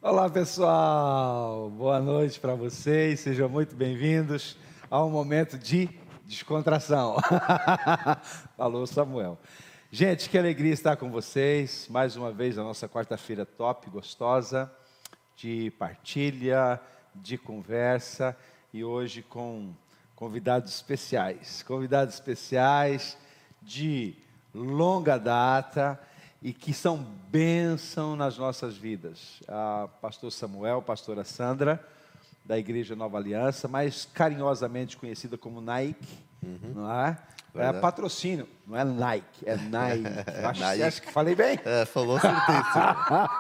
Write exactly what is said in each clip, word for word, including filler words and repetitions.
Olá, pessoal. Boa noite para vocês. Sejam muito bem-vindos a um momento de descontração. Falou, Samuel. Gente, que alegria estar com vocês. Mais uma vez, a nossa quarta-feira top, gostosa, de partilha, de conversa. E hoje com convidados especiais. Convidados especiais de longa data e que são bênção nas nossas vidas. A pastor Samuel, pastora Sandra, da Igreja Nova Aliança, mais carinhosamente conhecida como Nike, uhum. não é? É patrocínio, não é Nike, é Nike. Acho, Nike. Acho que falei bem? É, falou certeza.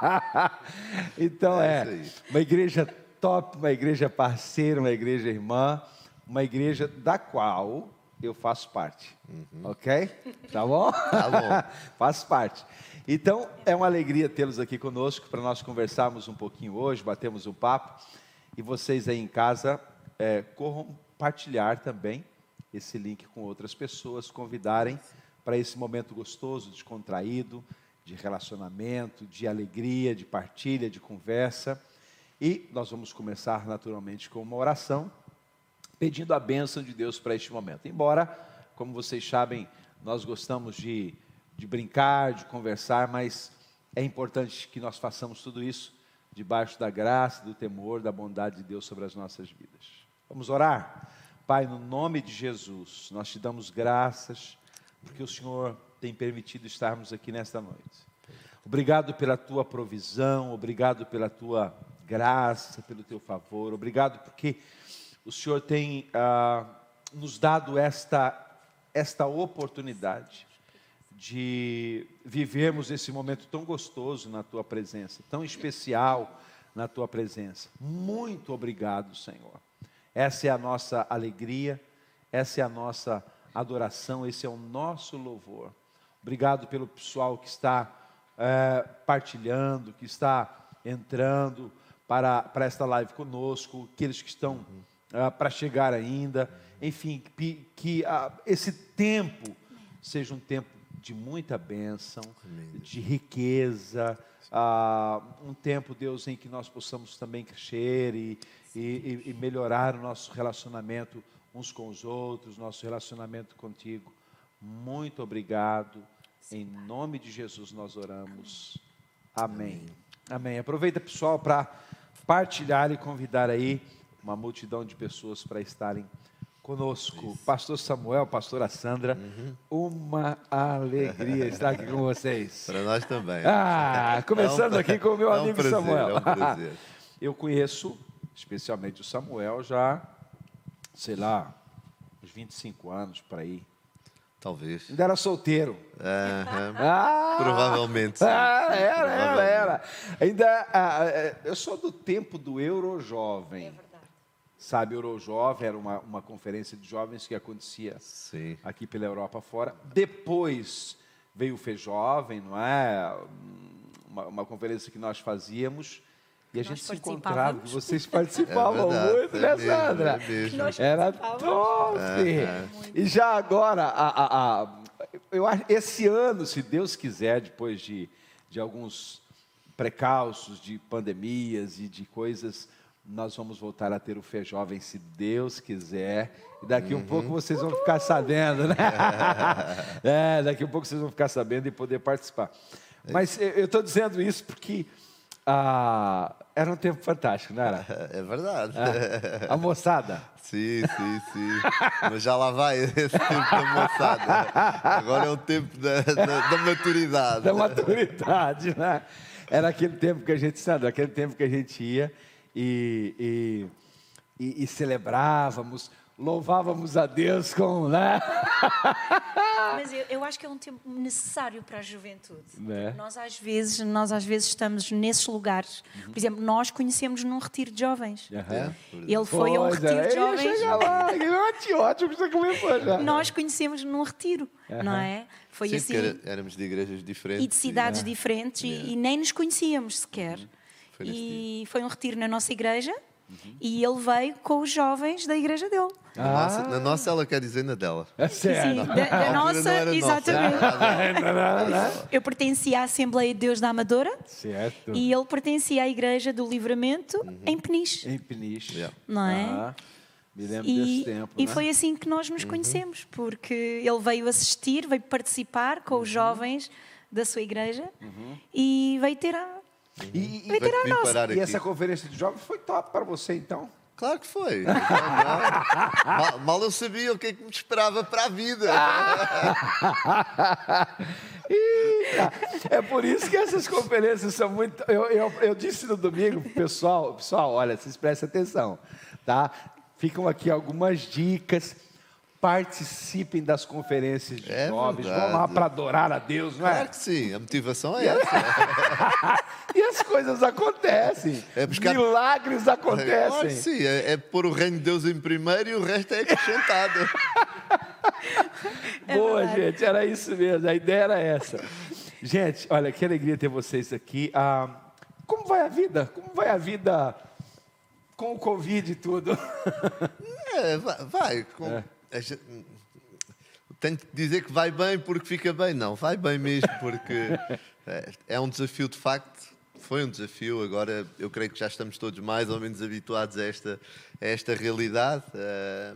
Então é, é uma igreja top, uma igreja parceira, uma igreja irmã, uma igreja da qual eu faço parte, uhum. ok? Tá bom? Tá bom. Faço parte. Então, é uma alegria tê-los aqui conosco, para nós conversarmos um pouquinho hoje, batermos um papo, e vocês aí em casa, é, corram partilhar também esse link com outras pessoas, convidarem para esse momento gostoso, descontraído, de relacionamento, de alegria, de partilha, de conversa, e nós vamos começar naturalmente com uma oração, pedindo a bênção de Deus para este momento. Embora, como vocês sabem, nós gostamos de, de brincar, de conversar, mas é importante que nós façamos tudo isso debaixo da graça, do temor, da bondade de Deus sobre as nossas vidas. Vamos orar? Pai, no nome de Jesus, nós te damos graças, porque o Senhor tem permitido estarmos aqui nesta noite. Obrigado pela tua provisão, obrigado pela tua graça, pelo teu favor, obrigado porque o Senhor tem ah, nos dado esta, esta oportunidade de vivermos esse momento tão gostoso na Tua presença, tão especial na Tua presença. Muito obrigado, Senhor. Essa é a nossa alegria, essa é a nossa adoração, esse é o nosso louvor. Obrigado pelo pessoal que está é, partilhando, que está entrando para, para esta live conosco, aqueles que estão... Uhum. Uh, para chegar ainda, enfim, que, que uh, esse tempo seja um tempo de muita bênção, Amém. De riqueza, uh, um tempo, Deus, em que nós possamos também crescer e, e, e melhorar o nosso relacionamento uns com os outros, nosso relacionamento contigo. Muito obrigado, em nome de Jesus nós oramos, amém. Amém. Amém. Aproveita, pessoal, para partilhar e convidar aí uma multidão de pessoas para estarem conosco. Isso. Pastor Samuel, pastora Sandra, uhum. uma alegria estar aqui com vocês. Para nós também. Ah, começando é um, aqui com o meu é um amigo prazer, Samuel. É um prazer. Eu conheço, especialmente o Samuel, já, sei lá, uns vinte e cinco anos, por aí. Talvez. Ainda era solteiro. É, é, ah, provavelmente. Sim. Ah, era, provavelmente. era, era. Ainda, ah, eu sou do tempo do Eurojovem. É verdade. Sabe, Eurojovem era uma, uma conferência de jovens que acontecia Sim. aqui pela Europa fora. Depois veio o FEJovem, não é? Uma, uma conferência que nós fazíamos. E a nós gente se encontrava, vocês participavam é muito, né, Sandra? É era top! É, é. E já agora, a, a, a, eu, esse ano, se Deus quiser, depois de, de alguns precalços, de pandemias e de coisas, nós vamos voltar a ter o FEJovem, se Deus quiser. E daqui uhum. um pouco vocês vão ficar sabendo, né? É, daqui um pouco vocês vão ficar sabendo e poder participar. Mas eu estou dizendo isso porque... Ah, era um tempo fantástico, não era? É verdade. Ah, a moçada. Sim, sim, sim. Mas já lá vai esse tempo da moçada. Agora é o tempo da, da, da maturidade. Da maturidade, né? Era aquele tempo que a gente, sabe, aquele tempo que a gente ia e, e, e, e celebrávamos, louvávamos a Deus com, né? Mas eu, eu acho que é um tempo necessário para a juventude. Né? Nós às vezes, nós às vezes estamos nesses lugares. Uhum. Por exemplo, nós conhecemos num retiro de jovens. Uhum. Ele foi a um retiro é, de jovens. Lá, que ótimo, você começou já. Nós conhecemos num retiro, uhum. não é? Foi Sim, assim. Era, éramos de igrejas diferentes. E de cidades e, diferentes yeah. e, e nem nos conhecíamos sequer. Uhum. Foi e foi um retiro na nossa igreja. Uhum. E ele veio com os jovens da igreja dele. Na, ah. nossa, na nossa ela quer dizer na dela. É certo. Sim, da, da nossa, exatamente. Nossa. Eu pertencia à Assembleia de Deus da Amadora. Certo. E ele pertencia à Igreja do Livramento uhum. em Peniche. Em Peniche. Yeah. Não é? Ah, me lembro e, desse tempo. E né? foi assim que nós nos conhecemos, uhum. porque ele veio assistir, veio participar com uhum. os jovens da sua igreja uhum. e veio ter a, e, veio ter a nossa. E essa conferência de jovens foi top para você, então? Claro que foi. mal, mal eu sabia o que é que me esperava para a vida. É por isso que essas conferências são muito... Eu, eu, eu disse no domingo, pessoal, pessoal, olha, vocês prestem atenção, tá? Ficam aqui algumas dicas. Participem das conferências de é jovens, verdade. Vão lá para adorar a Deus, não é? Claro que sim, a motivação é essa. E as coisas acontecem, é buscar... milagres acontecem. Claro que sim, é, é pôr o reino de Deus em primeiro e o resto é acrescentado. É boa, verdade. Gente, era isso mesmo, a ideia era essa. Gente, olha, que alegria ter vocês aqui. Ah, como vai a vida? Como vai a vida com o Covid e tudo? É, vai, vai com... é. Tenho que dizer que vai bem porque fica bem. Não, vai bem mesmo porque é, é um desafio de facto. Foi um desafio. Agora eu creio que já estamos todos mais ou menos habituados a esta, a esta realidade. Uh,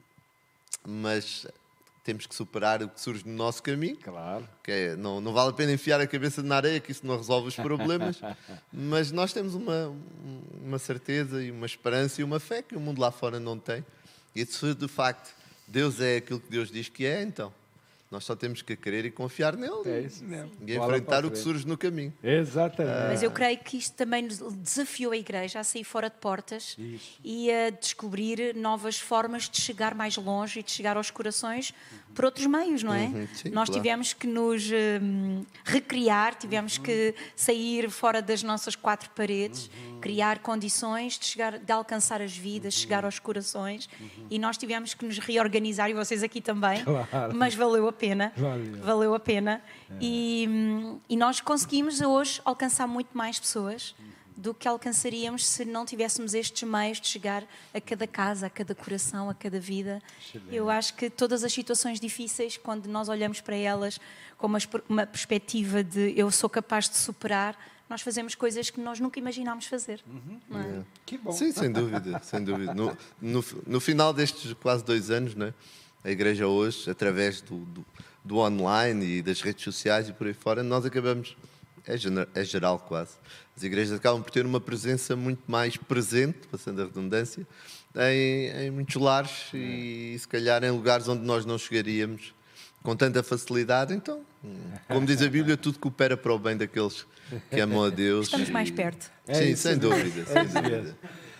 mas temos que superar o que surge no nosso caminho. Claro. Que é, não, não vale a pena enfiar a cabeça na areia, que isso não resolve os problemas. Mas nós temos uma, uma certeza e uma esperança e uma fé que o mundo lá fora não tem. E isso de facto... Deus é aquilo que Deus diz que é, então nós só temos que querer e confiar nele. É isso mesmo. E enfrentar o que surge no caminho. Exatamente. Ah. Mas eu creio que isto também nos desafiou a igreja a sair fora de portas isso. E a descobrir novas formas de chegar mais longe e de chegar aos corações uhum. por outros meios, não é? Uhum, sim, nós claro. tivemos que nos um, recriar, tivemos uhum. que sair fora das nossas quatro paredes, uhum. criar condições de, chegar, de alcançar as vidas, uhum. chegar aos corações uhum. e nós tivemos que nos reorganizar, e vocês aqui também, claro. Mas valeu a pena, valeu, valeu a pena é. e, e nós conseguimos hoje alcançar muito mais pessoas uhum. do que alcançaríamos se não tivéssemos estes meios de chegar a cada casa, a cada coração, a cada vida. Excelente. Eu acho que todas as situações difíceis, quando nós olhamos para elas com uma, uma perspectiva de eu sou capaz de superar, nós fazemos coisas que nós nunca imaginámos fazer. Uhum. Não é? É. Que bom. Sim, sem dúvida. Sem dúvida. No, no, no final destes quase dois anos, né, a Igreja hoje, através do, do, do online e das redes sociais e por aí fora, nós acabamos, é, gener, é geral quase, as igrejas acabam por ter uma presença muito mais presente, passando a redundância, em, em muitos lares é. E se calhar em lugares onde nós não chegaríamos com tanta facilidade. Então, como diz a Bíblia, tudo coopera para o bem daqueles que amam a Deus. Estamos e... mais perto. Sim, é sem dúvida. É sem dúvida.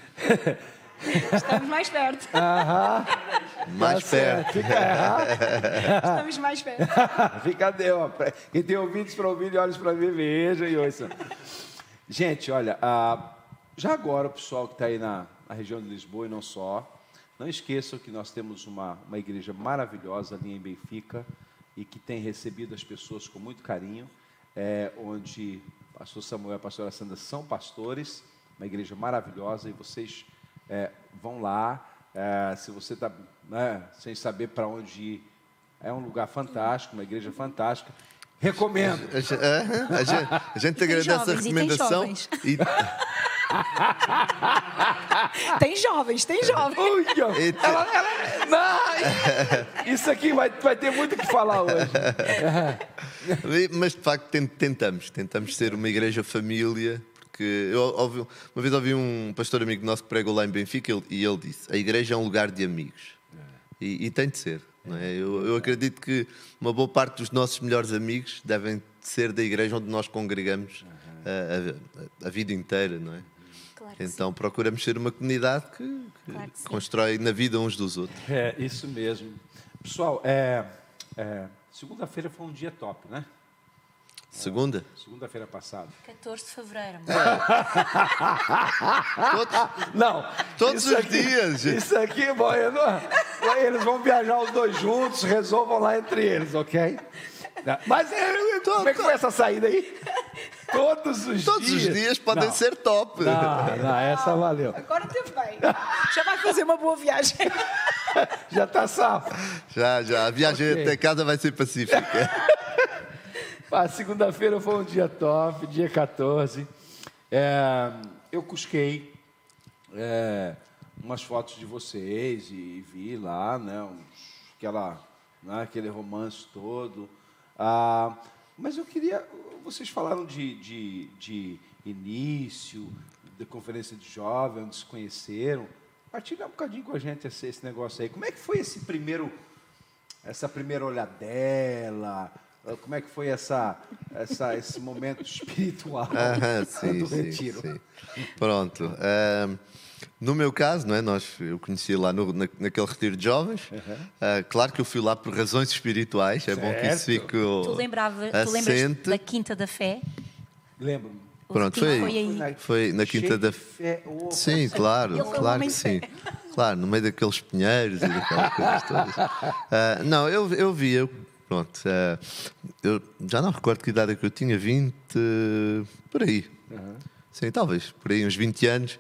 Estamos mais perto. Aham. Mais tá perto. Fica, Estamos mais perto. Fica Deus. Quem tem ouvidos para ouvir e olhos para ver, veja e ouça. Gente, olha, ah, já agora o pessoal que está aí na, na região de Lisboa e não só, não esqueçam que nós temos uma, uma igreja maravilhosa ali em Benfica e que tem recebido as pessoas com muito carinho, é, onde o pastor Samuel e a pastora Sandra são pastores, uma igreja maravilhosa, e vocês é, vão lá, é, se você está né, sem saber para onde ir, é um lugar fantástico, uma igreja fantástica. Recomendo. A, a, a, gente, a gente agradece jovens, a recomendação. E tem jovens, tem jovens. Ui, ela, ela, não, isso aqui vai, vai ter muito o que falar hoje. Mas de facto tentamos, tentamos ser uma igreja família, porque eu ouvi, uma vez ouvi um pastor amigo nosso que pregou lá em Benfica e ele disse: a igreja é um lugar de amigos. E, e tem de ser. Não é? eu, eu acredito que uma boa parte dos nossos melhores amigos devem ser da igreja onde nós congregamos a, a, a vida inteira, não é? Claro que então sim. Procuramos ser uma comunidade que, que claro que constrói na vida uns dos outros. É, isso mesmo. Pessoal, é, é, segunda-feira foi um dia top, né? Segunda? É, segunda-feira passada. catorze de fevereiro. Todos, não, todos os aqui, dias. Isso aqui, bom, eu não, eles vão viajar os dois juntos, resolvam lá entre eles, ok? Mas é, como é que foi essa saída aí? Todos os Todos dias. os dias podem Não. ser top. Não, não, essa valeu. Agora também. Já vai fazer uma boa viagem. Já está safo. Já, já. A viagem Ok. até casa vai ser pacífica. Ah, segunda-feira foi um dia top, dia quatorze. É, eu cusquei é, umas fotos de vocês e vi lá, né, uns, aquela, né, aquele romance todo. Ah, mas eu queria... Vocês falaram de, de, de início, da conferência de jovens, onde se conheceram. Partilha um bocadinho com a gente esse, esse negócio aí. Como é que foi esse primeiro, essa primeira olhadela? Como é que foi essa, essa, esse momento espiritual Aham, sim, do sim, retiro? sim. Pronto. Ahm, no meu caso, não é? Nós, eu conheci lá no, na, naquele retiro de jovens. Ah, claro que eu fui lá por razões espirituais. É bom que isso Certo. fique Tu, lembrava, tu lembras assente. da Quinta da Fé? Lembro-me. O Pronto, retiro foi- foi aí. Foi na Cheio Quinta da... de fé. Oh, Sim, claro, Ele foi um claro homem que de sim. fé. Claro, no meio daqueles pinheiros e daquelas coisas todas. Ah, não, eu, eu vi, eu, pronto, ah, eu já não recordo que idade é que eu tinha, vinte, por aí. Sim, talvez, por aí, uns vinte anos.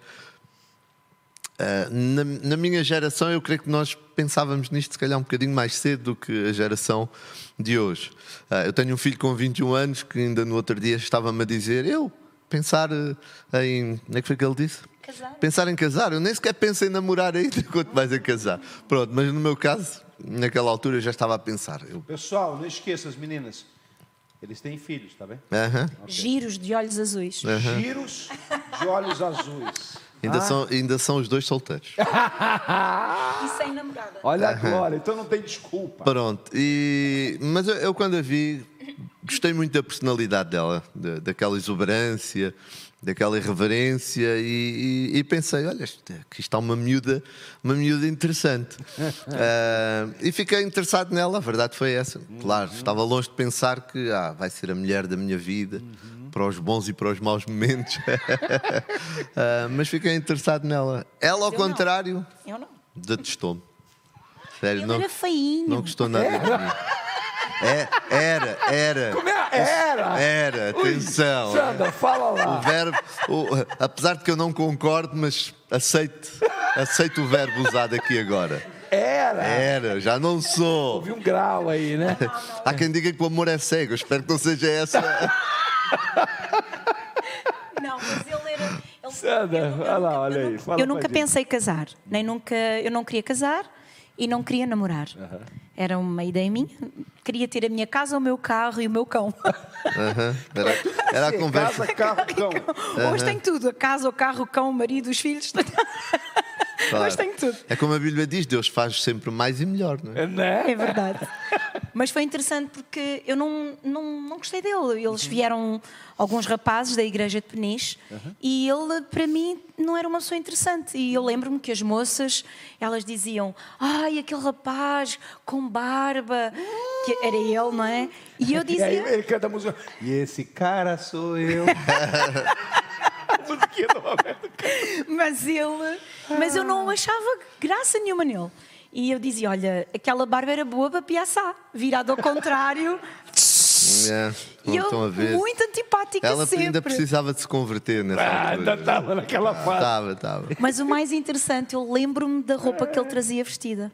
Ah, na, na minha geração, eu creio que nós pensávamos nisto, se calhar, um bocadinho mais cedo do que a geração de hoje. Ah, eu tenho um filho com vinte e um anos que ainda no outro dia estava-me a dizer, eu pensar eh, em... Como é que foi que ele disse? Casar. Pensar em casar. Eu nem sequer penso em namorar ainda, quanto mais em casar. Pronto, mas no meu caso, naquela altura, eu já estava a pensar. Eu, Pessoal, não esqueça as meninas. Eles têm filhos, tá bem? aham, Giros de olhos azuis. Giros de olhos azuis. ainda, Ah, são, ainda são os dois solteiros. E sem namorada. olha a glória, então não tem desculpa. Pronto, e, mas eu, eu quando a vi, gostei muito da personalidade dela, da, daquela exuberância, daquela irreverência e, e- e pensei, olha, isto, aqui está uma miúda, uma miúda interessante. Ah, e fiquei interessado nela, a verdade foi essa. Claro, estava longe de pensar que ah, vai ser a mulher da minha vida, para os bons e para os maus momentos. Ah, mas fiquei interessado nela. Ela, ao Eu não. contrário, Eu não. detestou-me. Sério, Ele não, era feinho. não gostou nada de mim. É, era, era. Como é? Era! Era, atenção. Sandra, fala O lá. verbo, o- apesar de que eu não concordo, mas aceito, aceito o verbo usado aqui agora. Era! Era, já não sou. Houve um grau aí, né? Há quem diga que o amor é cego, eu espero que não seja essa. Não, mas ele era. Ele, Sandra, eu- eu vai lá, nunca- olha eu aí, nunca- fala Eu pra nunca gente. pensei casar, nem nunca. Eu não queria casar e não queria namorar. Era uma ideia minha. Queria ter a minha casa, o meu carro e o meu cão. Aham, Era, era a Sim, conversa. Casa, carro, cão. Hoje tem tudo: a casa, o carro, o cão, o marido, os filhos. Claro. Hoje tem tudo. É como a Bíblia diz: Deus faz sempre mais e melhor, não é? Né? É verdade. Mas foi interessante porque eu não, não, não gostei dele. Eles vieram, alguns rapazes da igreja de Peniche, e ele, para mim, não era uma pessoa interessante. E eu lembro-me que as moças, elas diziam, ai, aquele rapaz com barba, que era ele, não é? E eu E aí dizia, ele canta a música. E esse cara sou eu. Musiquinha do Roberto Carlos. mas ele, mas eu não achava graça nenhuma nele. E eu dizia, olha, aquela barba era boa para piaçar, virado ao contrário. É, E não estão a eu, ver. muito antipática Ela sempre. ainda precisava de se converter nessa Ah, ainda altura. estava naquela fase. Estava, estava. Mas o mais interessante, eu lembro-me da roupa que ele trazia vestida.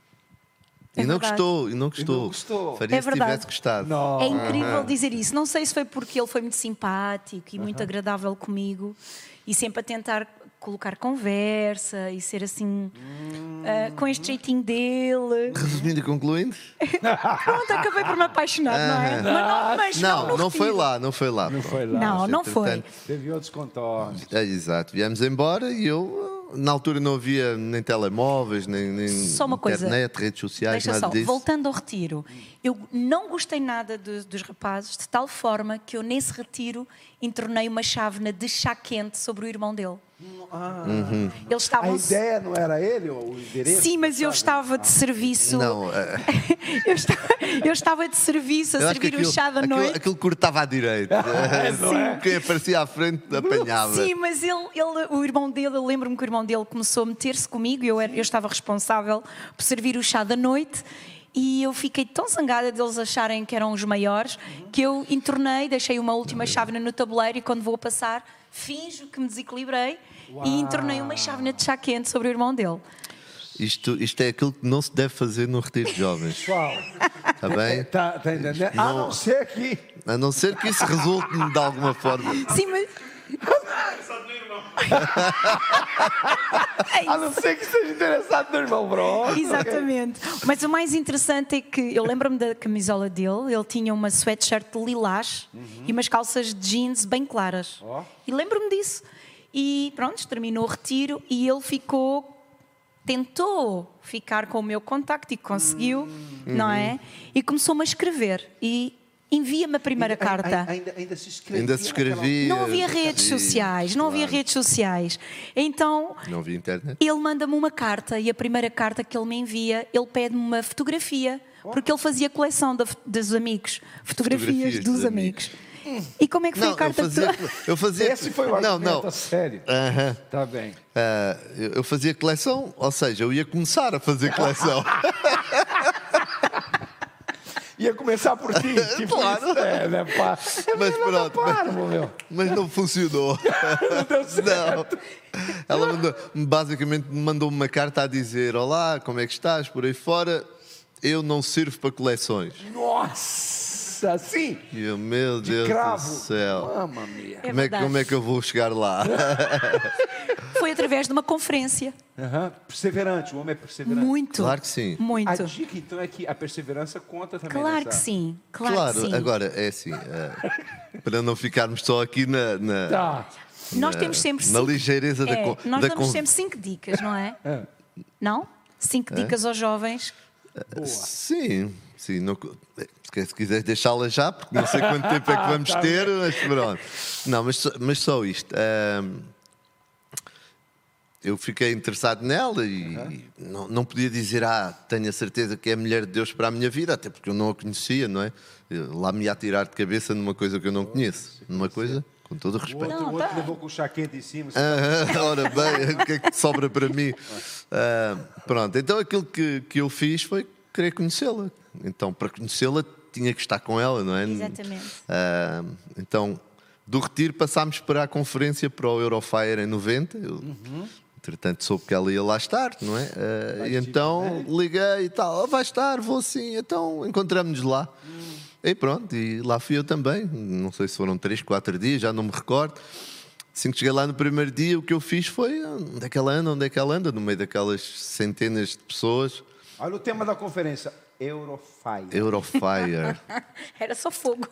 É E não verdade. gostou, e não gostou. E não gostou. Faria É se verdade. tivesse gostado. Não. É incrível dizer isso. Não sei se foi porque ele foi muito simpático e muito agradável comigo e sempre a tentar colocar conversa e ser assim, ah, com este jeitinho dele. Resumindo e concluindo? Pronto, acabei por me apaixonar, não é? Mas não, mas Não, no não foi retiro. lá, não foi lá. Não foi lá. Não, não foi. Entretanto, Teve outros contornos. É, exato. Viemos embora e eu, na altura, não havia nem telemóveis, nem, nem Só uma coisa. internet, redes sociais, Deixa nada só, disso. voltando ao retiro, eu não gostei nada do- dos rapazes, de tal forma que eu nesse retiro entornei uma chávena de chá quente sobre o irmão dele. Eles A estavam. ideia não era ele, o endereço? Sim, mas eu estava de serviço. Não, é, Eu estava, eu estava de serviço a eu acho que servir aquilo, o chá da aquilo, noite. aquilo cortava à direita. Não é? Quem aparecia à frente apanhava. Sim, mas ele, ele, o irmão dele, eu lembro-me que o irmão dele começou a meter-se comigo, eu, era- eu estava responsável por servir o chá da noite E eu fiquei tão zangada deles acharem que eram os maiores, que eu entornei, deixei uma última chávena no tabuleiro e quando vou a passar, finjo que me desequilibrei e entornei uma chávena de chá quente sobre o irmão dele. Isto, isto é aquilo que não se deve fazer no retiro de jovens. Pessoal, Está bem? tá, tá entendendo? A Não- não ser que... A não ser que isso resulte de alguma forma. Sim, mas... É A não ser que seja interessado no irmão, bro. Exatamente. Mas o mais interessante é que eu lembro-me da camisola dele, ele tinha uma sweatshirt lilás e umas calças de jeans bem claras. Ó. E lembro-me disso. E pronto, terminou o retiro e ele ficou, tentou ficar com o meu contacto e conseguiu, não é? E começou-me a escrever e envia-me a primeira carta. Ainda, ainda se escrevia. Ainda se escrevia. Não havia redes Sim, sociais, não havia claro. redes sociais. Então, Não havia internet. ele manda-me uma carta e a primeira carta que ele me envia, ele pede-me uma fotografia, porque ele fazia coleção da- dos amigos, fotografias, Fotografias dos dos amigos. E como é que foi Não, a carta eu que fazia, tu... eu fazia. Esse foi o Não, argumento, não. a sério. Aham. Tá bem. Ah, eu eu fazia coleção, ou seja, eu ia começar a fazer coleção. Ia começar por ti. Tipo Claro. isso, é, né, pá? É Mas menina da pronto. Parvo, meu. Mas não funcionou. Não deu certo. Não. Ela mandou, basicamente me mandou uma carta a dizer: olá, como é que estás? Por aí fora, eu não sirvo para coleções. Nossa, assim? E eu, meu Deus Cravo. do céu. Mamma mia. É Como é, que- verdade. como é que eu vou chegar lá? Foi através de uma conferência. Aham. Perseverante, o homem é perseverante. Muito. Claro que sim. A Muito. dica, então, é que a perseverança conta também Claro nessa... que sim. Claro, Claro, que sim. agora é assim, eh, para não ficarmos só aqui na, na, Tá. Nós temos sempre na cinco... ligeireza da, É, con- nós da damos con- sempre cinco dicas, não é? É. Não? Cinco dicas aos jovens. Boa. Sim, sim. Não, se se quiseres deixá-la já, porque não sei quanto tempo é que vamos Tá ter, mas pronto. Não, mas, só- mas só isto. ahm, eu fiquei interessado nela e, e não, não podia dizer, ah, tenho a certeza que é a mulher de Deus para a minha vida, até porque eu não a conhecia, não é? Eu lá me ia tirar de cabeça numa coisa que eu não conheço. Numa coisa, com todo o O respeito. outro, Não, o outro tá. levou com o chá quente em cima. Ah, ora bem, o que é que sobra para mim? Ah, pronto, então aquilo que, que eu fiz foi querer conhecê-la. Então, para conhecê-la, tinha que estar com ela, não é? Exatamente. Ah, então, do retiro passámos para a conferência para o Eurofire em noventa. Eu, entretanto, soube que ela ia lá estar, não é? Ah, e então liguei e tal, "Oh, vai estar, vou sim. Então encontramos-nos lá. E pronto, e lá fui eu também. Não sei se foram três, quatro dias, já não me recordo. Assim que cheguei lá no primeiro dia, o que eu fiz foi onde é que ela anda, onde é que ela anda, no meio daquelas centenas de pessoas. Olha o tema da conferência. Eurofire. Eurofire. Era só fogo.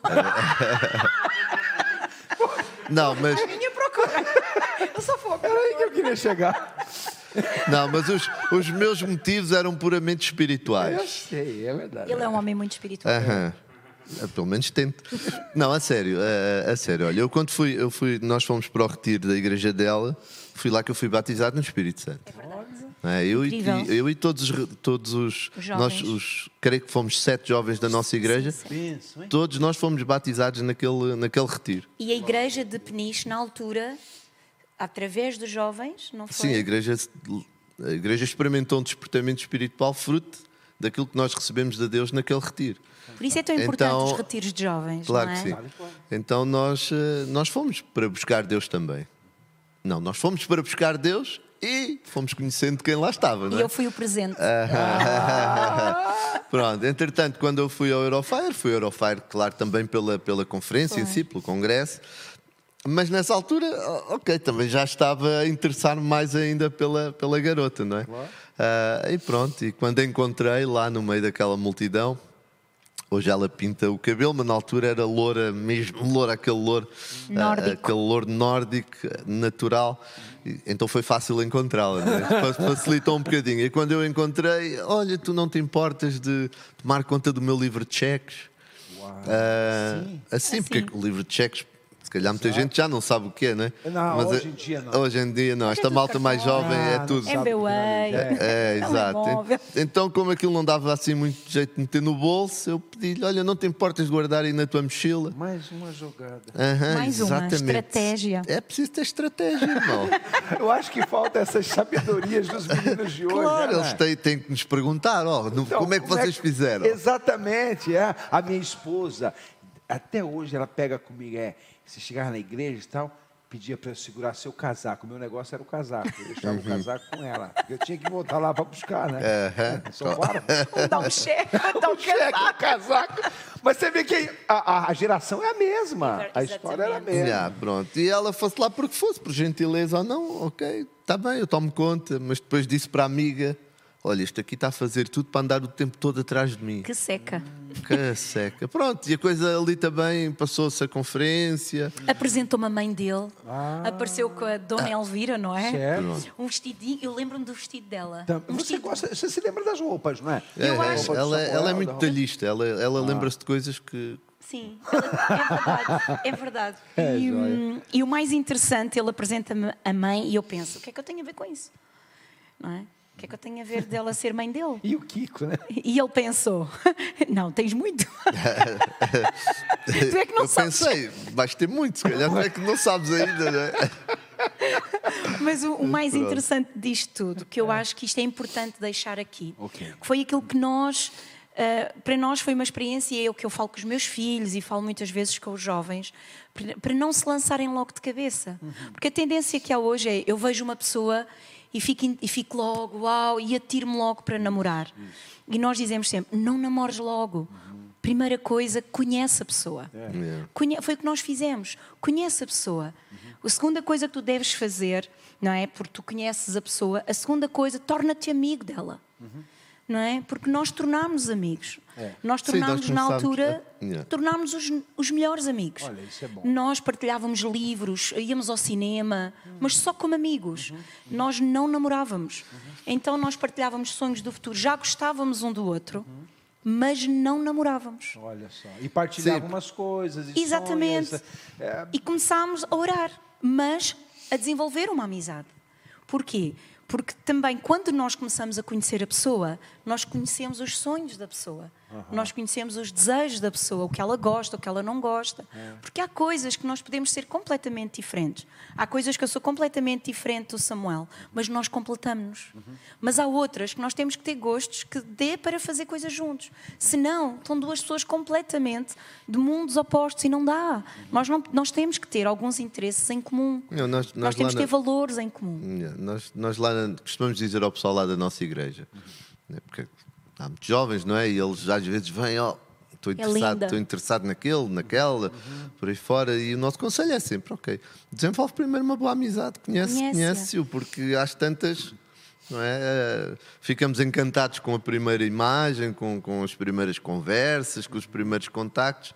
Não, mas, Minha procura. Eu sou fogo. Era aí que eu queria chegar. não, mas os, os meus motivos eram puramente Eu espirituais. sei, é verdade. Ele é um homem muito espiritual. Aham. Ah, pelo menos tento. Não, a sério, a, a sério. Olha, eu quando fui, eu fui, nós fomos para o retiro da igreja dela, fui lá que eu fui batizado no Espírito Santo. Não é? Eu, e, Incrível. eu e todos, os- todos os, Os nós, jovens. os, creio que fomos sete jovens da nossa igreja, Penso, hein? todos nós fomos batizados naquele, naquele retiro. E a igreja de Peniche, na altura, através dos jovens, não foi? Sim, a igreja, a igreja experimentou um despertamento espiritual fruto daquilo que nós recebemos de Deus naquele retiro. Por isso é tão importante Então, os retiros de jovens, Claro não é? que sim. Então nós, eh, nós fomos para buscar Deus também. Não, nós fomos para buscar Deus e fomos conhecendo quem lá estava, não E é? eu fui o presente. Pronto, entretanto, quando eu fui ao Eurofire, fui ao Eurofire, claro, também pela, pela conferência em si, pelo congresso, mas nessa altura, o- ok, também já estava a interessar-me mais ainda pela, pela garota, não é? Ah, e pronto, e quando a encontrei lá no meio daquela multidão, hoje ela pinta o cabelo, mas na altura era loura mesmo, loura, aquele louro, ah, Nórdico. aquele louro nórdico, natural. E- Então foi fácil encontrá-la, não é? Fa- facilitou um bocadinho. E quando eu encontrei, olha, tu não te importas de tomar conta do meu livro de cheques? Ah, assim, porque o livro de cheques Se calhar muita Exato. gente já não sabe o que é, né? Não, Mas hoje é- em dia não. Hoje em dia não. Esta tudo malta mais cartão. jovem é Ah, não tudo. sabe. M B A, É. É, exato. telemóvel. Então, como aquilo não dava assim muito jeito de meter no bolso, eu pedi-lhe: olha, não te importas de guardar aí na tua mochila? Mais uma jogada. Aham, Mais uma exatamente. estratégia. É preciso ter estratégia, irmão. Eu acho que falta essas sabedorias dos meninos de hoje. Claro, né? eles têm, têm que nos perguntar: ó, no- Então, como é que vocês fizeram? Exatamente, é. A minha esposa, até hoje ela pega comigo, é, se chegar na igreja e tal, pedia para eu segurar seu casaco. O meu negócio era o casaco, eu deixava Uhum. o casaco com ela. Eu tinha que voltar lá para buscar, né? Aham. Só para. Dá um cheque, dá um Cheque, o casaco. Mas você vê que a, a geração é a mesma. A Exatamente. história era a mesma. Já, pronto. E ela fosse lá porque fosse, por gentileza ou não, ok, está bem, eu tomo conta, mas depois disse para a amiga: olha, este aqui está a fazer tudo para andar o tempo todo atrás de mim. Que seca. Que seca. Pronto, e a coisa ali também passou-se a conferência. Apresentou-me a mãe dele. Ah. Apareceu com a Dona Elvira, não é? Certo. Um vestidinho, eu lembro-me do vestido dela. Então, Um você, vestido... gosta, você se lembra das roupas, não é? É, Eu é, acho- ela, ela é muito da- detalhista, ela, ela lembra-se de coisas que. Sim, ela- é verdade, é verdade. É, e, joia. hum, e o mais interessante, ele apresenta-me a mãe e eu penso, o que é que eu tenho a ver com isso? Não é? O que é que eu tenho a ver dela ser mãe dele? E o Kiko, né? E ele pensou, não, tens muito. Tu é que não eu sabes. pensei, vais ter muito, se calhar não é que não sabes ainda, não é? Mas o, o mais Pronto. interessante disto tudo, que eu acho que isto é importante deixar aqui, Ok. que foi aquilo que nós, ah, para nós foi uma experiência, é o que eu falo com os meus filhos e falo muitas vezes com os jovens, para, para não se lançarem logo de cabeça. Porque a tendência que há hoje é, eu vejo uma pessoa e fico, in- e fico logo, uau, e atiro-me logo para namorar. E nós dizemos sempre, não namores logo. Primeira coisa, conhece a pessoa. Yeah. Conhe- Foi o que nós fizemos. Conhece a pessoa. A segunda coisa que tu deves fazer, não é? Porque tu conheces a pessoa. A segunda coisa, torna-te amigo dela. Não é? Porque nós tornámos amigos. É. Nós Sim, nós tornámos na começámos altura, a- Yeah. tornámos os, os melhores amigos. Olha, isso é bom. Nós partilhávamos livros, íamos ao cinema, mas só como amigos. Nós não namorávamos. Então nós partilhávamos sonhos do futuro. Já gostávamos um do outro, mas não namorávamos. Olha só. E partilhava Sim. umas coisas. E Exatamente. sonhos, é, E começámos a orar, mas a desenvolver uma amizade. Porquê? Porque também, quando nós começamos a conhecer a pessoa, nós conhecemos os sonhos da pessoa. Nós conhecemos os desejos da pessoa, o que ela gosta, o que ela não gosta. Porque há coisas que nós podemos ser completamente diferentes. Há coisas que eu sou completamente diferente do Samuel, mas nós completamos-nos. Mas há outras que nós temos que ter gostos que dê para fazer coisas juntos. Senão, estão duas pessoas completamente de mundos opostos e não dá. Nós, não, nós temos que ter alguns interesses em comum. Não, nós- Nós, nós temos lá que ter na- valores em comum. Yeah, Nós, nós lá na- costumamos dizer ao pessoal lá da nossa igreja, né, porque há muitos jovens, não é? E eles às vezes vêm, ó, estou interessado, linda. estou interessado naquele, naquela, por aí fora, e o nosso conselho é sempre, ok, desenvolve primeiro uma boa amizade, conhece, Conhece-a. conhece-o, porque às tantas, não é? Eh, ficamos encantados com a primeira imagem, com, com as primeiras conversas, com os primeiros contactos.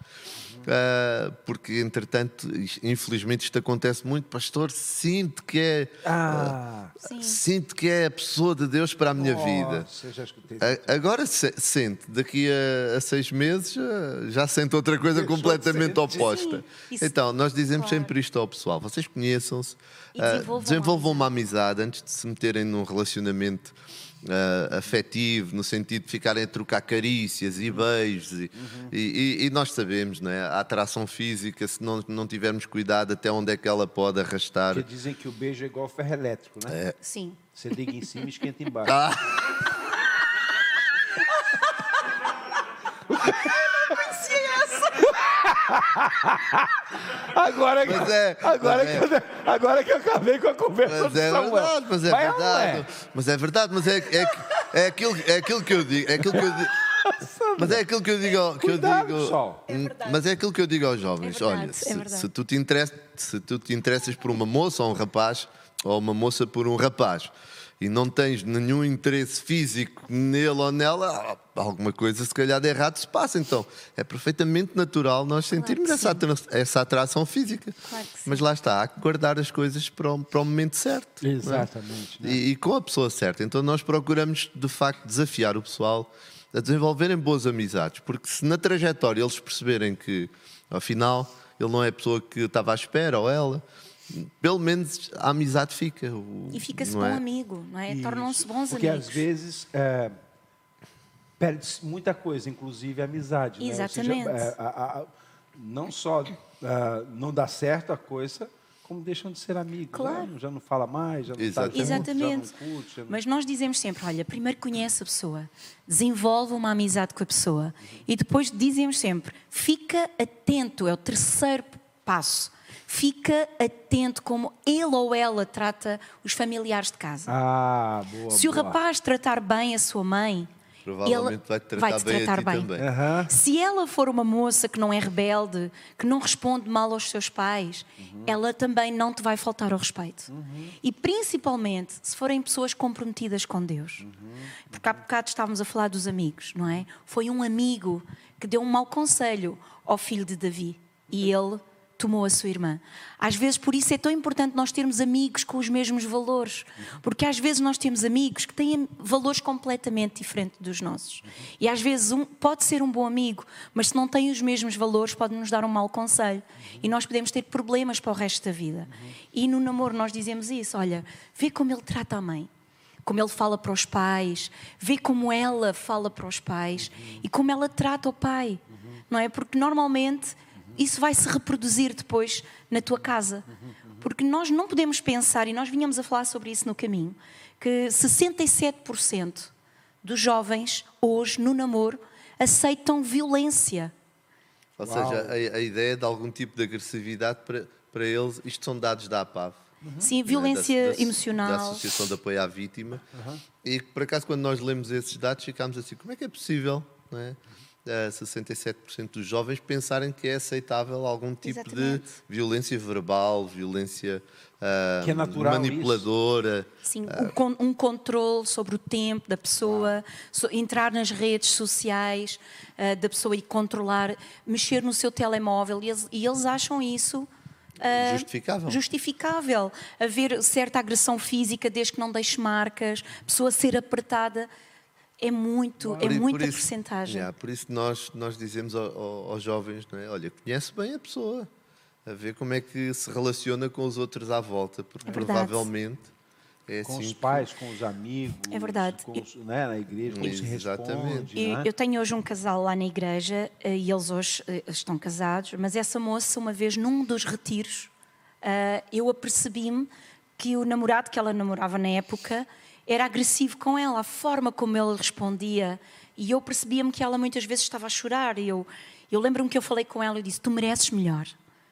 Uh, porque entretanto, is- infelizmente isto acontece muito, pastor, sinto que é Ah, Sim. sinto que é a pessoa de Deus para a minha vida. nossa, eu já escutei. A- Agora se- sente, daqui a, a seis meses já, já sente outra coisa Deixou de completamente sentir. oposta. Sim, isso- Então, nós dizemos claro. sempre isto ao pessoal: vocês conheçam-se, E ah, desenvolvam desenvolvam uma uma amizade antes de se meterem num relacionamento ah, afetivo, no sentido de ficarem a trocar carícias e beijos. E, e- e- e nós sabemos, não é? A atração física, se não, não tivermos cuidado, até onde é que ela pode arrastar. Porque dizem que o beijo é igual ferro elétrico, né? Sim. Você liga em cima e esquenta embaixo. Ah. Agora, que- Mas é, agora, mas que, eu, agora que eu acabei com a conversa Mas do é Samuel. verdade, mas é Vai ou não verdade. é? Mas é verdade, mas é, é, é, aquilo, é aquilo que eu digo. É aquilo que eu digo. Mas é aquilo que eu digo. ao- Que eu Cuidado, digo pessoal. É verdade. mas é aquilo que eu digo aos jovens. É verdade, Olha, é se, verdade. se tu te interessa, se tu te interessas por uma moça ou um rapaz, ou uma moça por um rapaz, e não tens nenhum interesse físico nele ou nela, alguma coisa se calhar de errado se passa. Então, é perfeitamente natural nós sentirmos que essa, sim. atra- essa atração física. Claro que sim. Mas lá está, há que guardar as coisas para o, para o momento certo. não é? Exatamente, né? E, e com a pessoa certa. Então nós procuramos, de facto, desafiar o pessoal a desenvolverem boas amizades. Porque se na trajetória eles perceberem que, afinal, ele não é a pessoa que estava à espera, ou ela. Pelo menos a amizade fica. O, E fica-se não bom é? amigo, não é? Isso, Tornam-se bons porque amigos. às vezes é, perde-se muita coisa, inclusive a amizade. né? Ou seja, Exatamente. é, a- a- a- não só ah, não dá certo a coisa, como deixam de ser amigos. Claro. né? Já não fala mais, já não Exatamente. está junto, Exatamente. já não curte. Já não... Mas nós dizemos sempre, olha, primeiro conhece a pessoa, desenvolve uma amizade com a pessoa e depois dizemos sempre, fica atento, é o terceiro passo, fica atento como ele ou ela trata os familiares de casa. Ah, boa, Se o boa. rapaz tratar bem a sua mãe, Provavelmente ele vai-te tratar, vai-te bem, tratar a ti bem. também. Aham. Se ela for uma moça que não é rebelde, que não responde mal aos seus pais, ela também não te vai faltar ao respeito. E principalmente se forem pessoas comprometidas com Deus. Porque há bocado estávamos a falar dos amigos, não é? Foi um amigo que deu um mau conselho ao filho de Davi e ele tomou a sua irmã. Às vezes, por isso é tão importante nós termos amigos com os mesmos valores. Porque às vezes nós temos amigos que têm valores completamente diferentes dos nossos. E às vezes um pode ser um bom amigo, mas se não tem os mesmos valores pode nos dar um mau conselho. E nós podemos ter problemas para o resto da vida. E no namoro nós dizemos isso, olha, vê como ele trata a mãe. Como ele fala para os pais, vê como ela fala para os pais e como ela trata o pai. Não é? Porque normalmente isso vai se reproduzir depois na tua casa. Porque nós não podemos pensar, e nós vinhamos a falar sobre isso no caminho, que sessenta e sete por cento dos jovens hoje no namoro aceitam violência. Ou Uau. seja, a, a ideia de algum tipo de agressividade para, para eles, isto são dados da APAV. Sim, não é? violência Da- da- emocional. Da Associação de Apoio à Vítima. E por acaso, quando nós lemos esses dados, ficámos assim: como é que é possível, não é? Uh, sessenta e sete por cento dos jovens pensarem que é aceitável algum tipo Exatamente. de violência verbal, violência uh, Que é natural manipuladora. Sim, um, con- um controle sobre o tempo da pessoa, so- entrar nas redes sociais ah, da pessoa e controlar, mexer no seu telemóvel, e eles, e eles acham isso ah, Justificável. justificável. Haver certa agressão física desde que não deixe marcas, a pessoa ser apertada, é muito, é Por i- muita por isso- porcentagem. yeah, por isso nós, nós dizemos ao- ao- aos jovens, não é? Olha, conhece bem a pessoa, a ver como é que se relaciona com os outros à volta, porque É verdade. provavelmente é Com assim os que- pais, com os amigos, É verdade. com os, né, na igreja, como se Exatamente. responde. Eu, né? eu tenho hoje um casal lá na igreja eh, e eles hoje eh, estão casados, mas essa moça, uma vez num dos retiros, ah, eu apercebi-me que o namorado que ela namorava na época era agressivo com ela, a forma como ele respondia, e eu percebia-me que ela muitas vezes estava a chorar. E eu, eu lembro-me que eu falei com ela e disse: tu mereces melhor.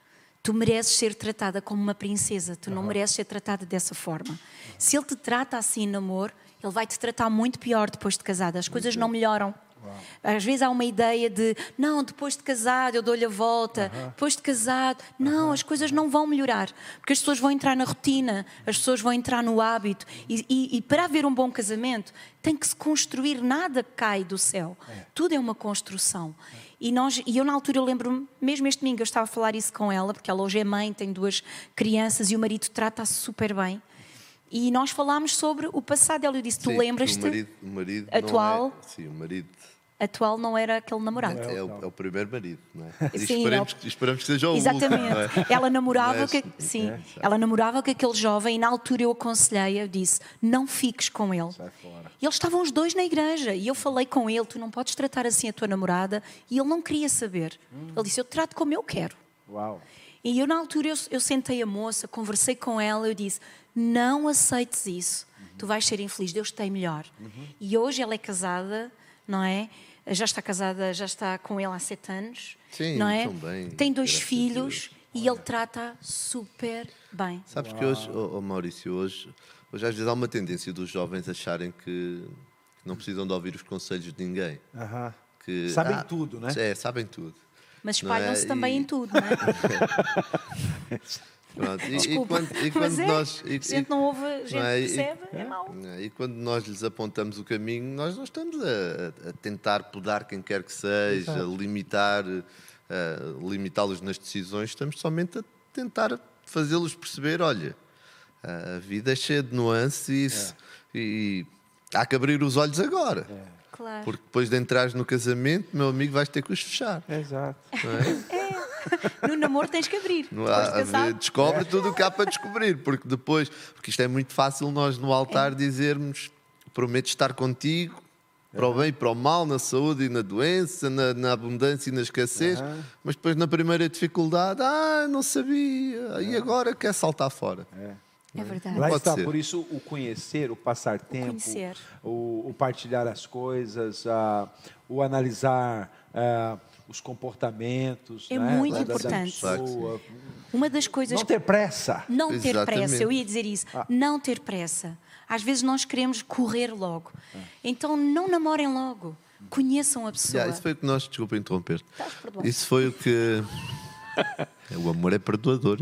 Tu mereces ser tratada como uma princesa, tu não mereces ser tratada dessa forma. Se ele te trata assim, namoro, ele vai te tratar muito pior depois de casada. As coisas não melhoram. Às vezes há uma ideia de, não, depois de casado eu dou-lhe a volta, depois de casado, não, as coisas não vão melhorar, porque as pessoas vão entrar na rotina, as pessoas vão entrar no hábito, e, e, e para haver um bom casamento tem que se construir, nada cai do céu, tudo é uma construção. E, nós, e eu na altura eu lembro-me, mesmo este domingo eu estava a falar isso com ela, porque ela hoje é mãe, tem duas crianças e o marido trata-se super bem. E nós falámos sobre o passado dela. Eu disse: tu Sim, lembras-te? o marido, o marido atual? Não é, sim, o marido Atual não era aquele namorado. é, o, é o primeiro marido, não é? E Sim, esperemos, é o- que- esperemos que seja o Exatamente. último, não é? Ela namorava, Mas- que, é, sim, ela namorava com aquele jovem e na altura eu aconselhei, eu disse: não fiques com ele. Sai fora. E eles estavam os dois na igreja e eu falei com ele: tu não podes tratar assim a tua namorada, e ele não queria saber. Ele disse: eu trato como eu quero. Uau. E eu na altura eu, eu sentei a moça, conversei com ela, eu disse: não aceites isso, tu vais ser infeliz, Deus te tem melhor. E hoje ela é casada, não é? Já está casada, já está com ele há sete anos, Sim, não é? tão bem, Tem dois graças a filhos Deus. e ele trata super bem. Sabes que hoje, oh, oh Maurício, hoje, hoje às vezes há uma tendência dos jovens acharem que não precisam de ouvir os conselhos de ninguém. Aham. Que, Sabem ah, tudo, né? É, sabem tudo. Mas Não é? espalham-se também E- em tudo, não é? Pronto, e- E, Desculpa, quando, e mas quando é, nós. E, a gente não ouve, a gente não é? E- percebe, é mau. E quando nós lhes apontamos o caminho, nós não estamos a, a tentar podar quem quer que seja, a limitar, a limitá-los nas decisões, estamos somente a tentar fazê-los perceber: olha, a vida é cheia de nuances e, e há que abrir os olhos agora. Claro. Porque depois de entrares no casamento, meu amigo, vais ter que os fechar. Exato. Não é? No namoro tens que abrir. Não Depois de há- casado, descobre tudo o que há para descobrir, porque depois, porque isto é muito fácil nós no altar dizermos: prometo estar contigo, para o bem e para o mal, na saúde e na doença, na, na abundância e na escassez, mas depois na primeira dificuldade, ah, não sabia, e agora quer saltar fora. é verdade. Lá Pode está, ser. por isso o conhecer, o passar tempo, conhecer. o, o partilhar as coisas, ah, o analisar ah, os comportamentos. É né, muito da- da- da importante. pessoa. Uma das coisas Não ter pressa. Não ter Exatamente. pressa, eu ia dizer isso. Não ter pressa. Às vezes nós queremos correr logo. Então não namorem logo. Conheçam a pessoa. Yeah, isso foi o que nós, desculpa interromper, Estás perdoado. isso foi o que. O amor é perdoador.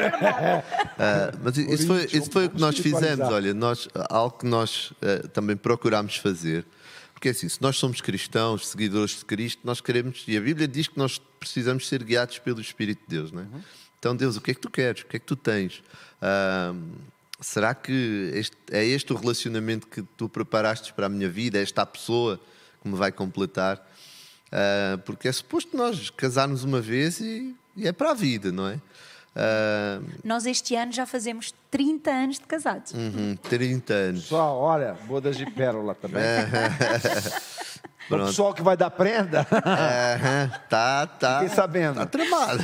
Ah, mas isso foi, isso foi o que nós fizemos. Olha, nós, algo que nós ah, também procurámos fazer. Porque assim, se nós somos cristãos, seguidores de Cristo, nós queremos, e a Bíblia diz que nós precisamos ser guiados pelo Espírito de Deus, não é? Então, Deus, o que é que tu queres? O que é que tu tens? Ah, será que este, é este o relacionamento que tu preparaste para a minha vida? É esta a pessoa que me vai completar? Ah, porque é suposto nós casarmos uma vez e, e é para a vida, não é? Ah, Nós este ano já fazemos trinta anos de casados. uhum, trinta anos. Pessoal, olha, bodas de pérola também. É. O Pronto. pessoal que vai dar prenda, Aham, tá, tá. fiquei sabendo. Tá tramado.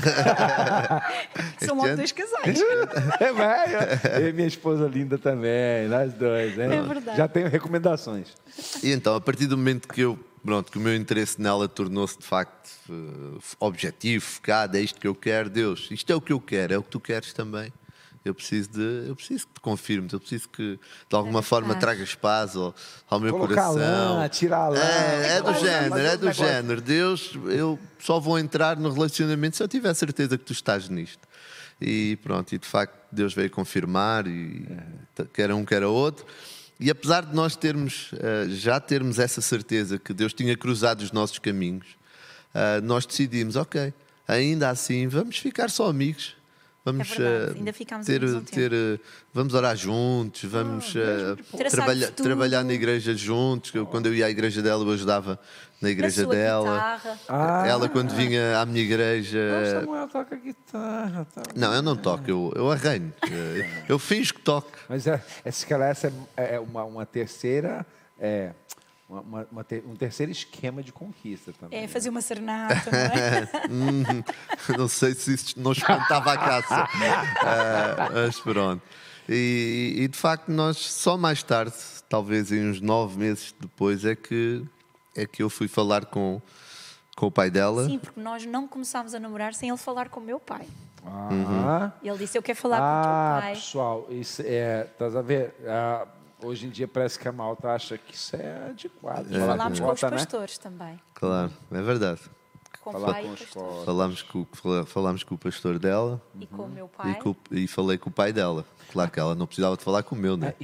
São logo dois casais. É velho. Eu e minha esposa linda também, nós dois. Hein? É verdade. Já tenho recomendações. E então, a partir do momento que eu, pronto, que o meu interesse nela tornou-se de facto eh, objetivo, focado, é isto que eu quero, Deus, isto é o que eu quero, é o que tu queres também. Eu preciso de, eu preciso que te confirmes, eu preciso que de alguma É forma verdade. tragas paz ao, ao meu Colocar a coração. lã, tirar a lã. É, é do Mas- género, mas é o do negócio- género. Deus, eu só vou entrar no relacionamento se eu tiver certeza que tu estás nisto. E pronto, e de facto Deus veio confirmar, e t- quer um, quer outro. E apesar de nós termos, eh, já termos essa certeza que Deus tinha cruzado os nossos caminhos, eh, nós decidimos, ok, ainda assim vamos ficar só amigos. Vamos, É verdade, eh, ainda ficámos ter, amigos um ter, eh, vamos orar juntos, vamos eh, Traçar trabalha- futuro. trabalhar na igreja juntos. Eu, quando eu ia à igreja dela, eu ajudava na igreja Na sua dela. guitarra. Ah. Ela, quando vinha à minha igreja. O Samuel toca guitarra. Tá. Não, eu não toco, eu, eu arranho. Eh, Eu finjo que toco. Mas é, é, se calhar essa é, é uma, uma terceira, é, uma, uma- uma ter- um terceiro esquema de conquista também. É fazer uma serenata, não é? Hum, não sei se isso não espantava a caça. Ah, mas pronto. E, e, de facto, nós só mais tarde, talvez em uns nove meses depois, é que, é que eu fui falar com, com o pai dela. Sim, porque nós não começámos a namorar sem ele falar com o meu pai. Ah, Ele disse, eu quero falar com o ah teu pai. pessoal, isso é, estás a ver? Ah, hoje em dia parece que a malta acha que isso é adequado. E Falar falámos com os Jota, né? pastores também. Claro, é verdade. Com o Falar pai com e os pastor. pastores. Falámos com, fala- falámos com o pastor dela E com o meu pai. e, com- e falei com o pai dela. Claro que ela não precisava de falar com o meu, né?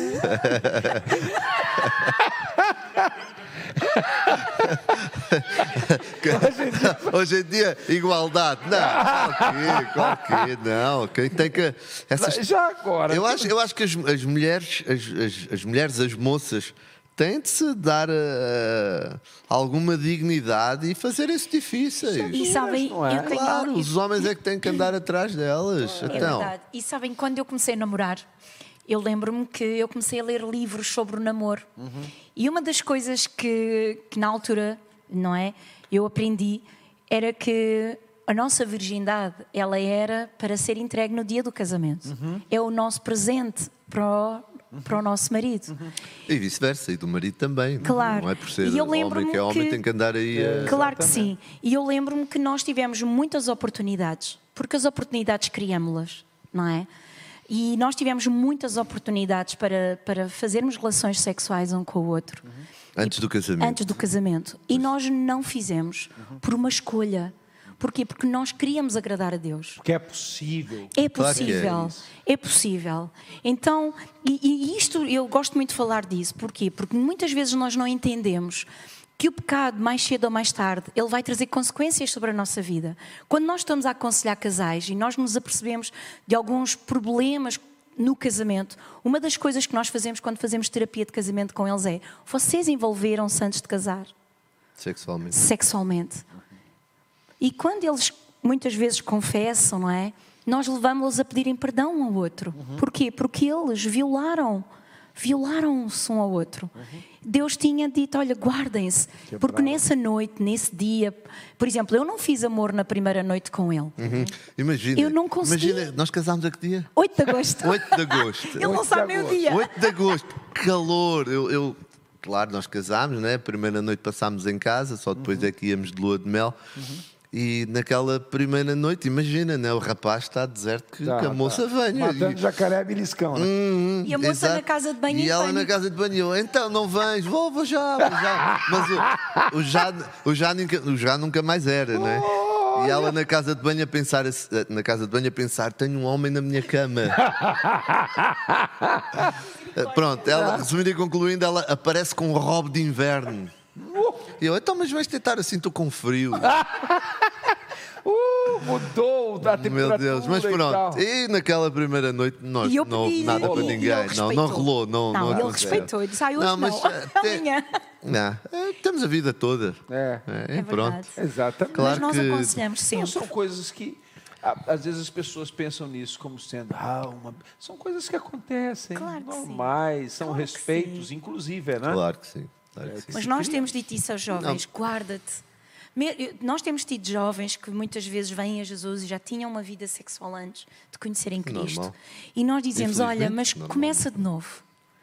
Hoje em dia, igualdade. Não, qual que, qual que, não. Quem tem que. Essas, Já agora. eu, acho, eu acho que as, as mulheres, as, as, as mulheres, as moças, têm de se dar eh, alguma dignidade e fazer isso difíceis. E sabem, não é? eu tenho... Claro, eu- os homens é que têm que andar atrás delas. É Então, verdade. E sabem, quando eu comecei a namorar, eu lembro-me que eu comecei a ler livros sobre o namoro. E uma das coisas que, que na altura, não é, eu aprendi, era que a nossa virgindade, ela era para ser entregue no dia do casamento. É o nosso presente para o, para o nosso marido. e vice-versa, e do marido também. Claro. Não é por ser E eu homem lembro-me que é homem, que- tem que andar aí a... Claro que sim. E eu lembro-me que nós tivemos muitas oportunidades, porque as oportunidades criamos-las, não é? E nós tivemos muitas oportunidades para, para fazermos relações sexuais um com o outro. Antes do casamento. Antes do casamento. E nós não fizemos por uma escolha. Porquê? Porque nós queríamos agradar a Deus. Porque é possível. É Claro que é possível, isso. é, possível. Então, e, e isto, eu gosto muito de falar disso. Porquê? Porque muitas vezes nós não entendemos que o pecado, mais cedo ou mais tarde, ele vai trazer consequências sobre a nossa vida. Quando nós estamos a aconselhar casais e nós nos apercebemos de alguns problemas no casamento, uma das coisas que nós fazemos quando fazemos terapia de casamento com eles é: vocês envolveram-se antes de casar, Sexualmente. sexualmente. E quando eles muitas vezes confessam, não é? Nós levamos-los a pedirem perdão um ao outro. Uhum. Porquê? Porque eles violaram, violaram-se um ao outro. Uhum. Deus tinha dito, olha, guardem-se, porque nessa noite, nesse dia, por exemplo, eu não fiz amor na primeira noite com ele. Uhum. Imagina, eu não consegui. Imagina, nós casámos a que dia? oito de agosto. oito de agosto. Ele não sabe nem o dia. oito de agosto, calor. Eu, eu, claro, nós casámos, né? A primeira noite passámos em casa, só depois uhum. é que íamos de lua de mel. Uhum. E naquela primeira noite, imagina, né? O rapaz está deserto que, tá, que a moça tá. venha. Matando jacaré beliscão, né? Hum, e a moça exato. na casa de banho. E ela na casa de banho. Então, não vens? Vou, vou já, vou já. Mas o, o, já, o, já nunca, o já nunca mais era, né? E ela na casa de banho a pensar, na casa de banho a pensar, tenho um homem na minha cama. Pronto, ela, resumindo e concluindo, ela aparece com um robe de inverno. E eu, então, mas vais tentar assim, estou com frio. Uh, mudou da temperatura. Meu Deus, mas pronto. E, e naquela primeira noite nós, não houve nada para ninguém. Não, não rolou. Não, não, não ele respeitou. Ele disse, ah, hoje não, mas, não. Amanhã. Não, é, temos a vida toda. É, é, é pronto. Exatamente. Claro mas nós que... aconselhamos sempre. Não são coisas que... Às vezes as pessoas pensam nisso como sendo... Ah, uma... São coisas que acontecem, claro que normais, sim. são claro respeitos, inclusive, né? Claro que sim. Claro que sim. Mas nós temos dito isso aos jovens, guarda-te. Nós temos tido jovens que muitas vezes vêm a Jesus e já tinham uma vida sexual antes de conhecerem Cristo. Normal. E nós dizemos, olha, mas normal. Começa de novo.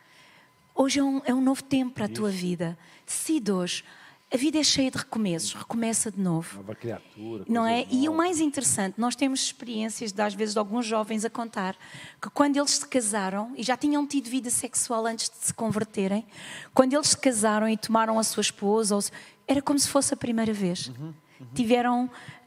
Hoje é um, é um novo tempo para a tua vida. Decide hoje. A vida é cheia de recomeços, recomeça de novo. Nova criatura. Não é? Nova. E o mais interessante, nós temos experiências, de, às vezes, de alguns jovens a contar que quando eles se casaram, e já tinham tido vida sexual antes de se converterem, quando eles se casaram e tomaram a sua esposa, ou se, era como se fosse a primeira vez. Uhum, uhum. Tiveram...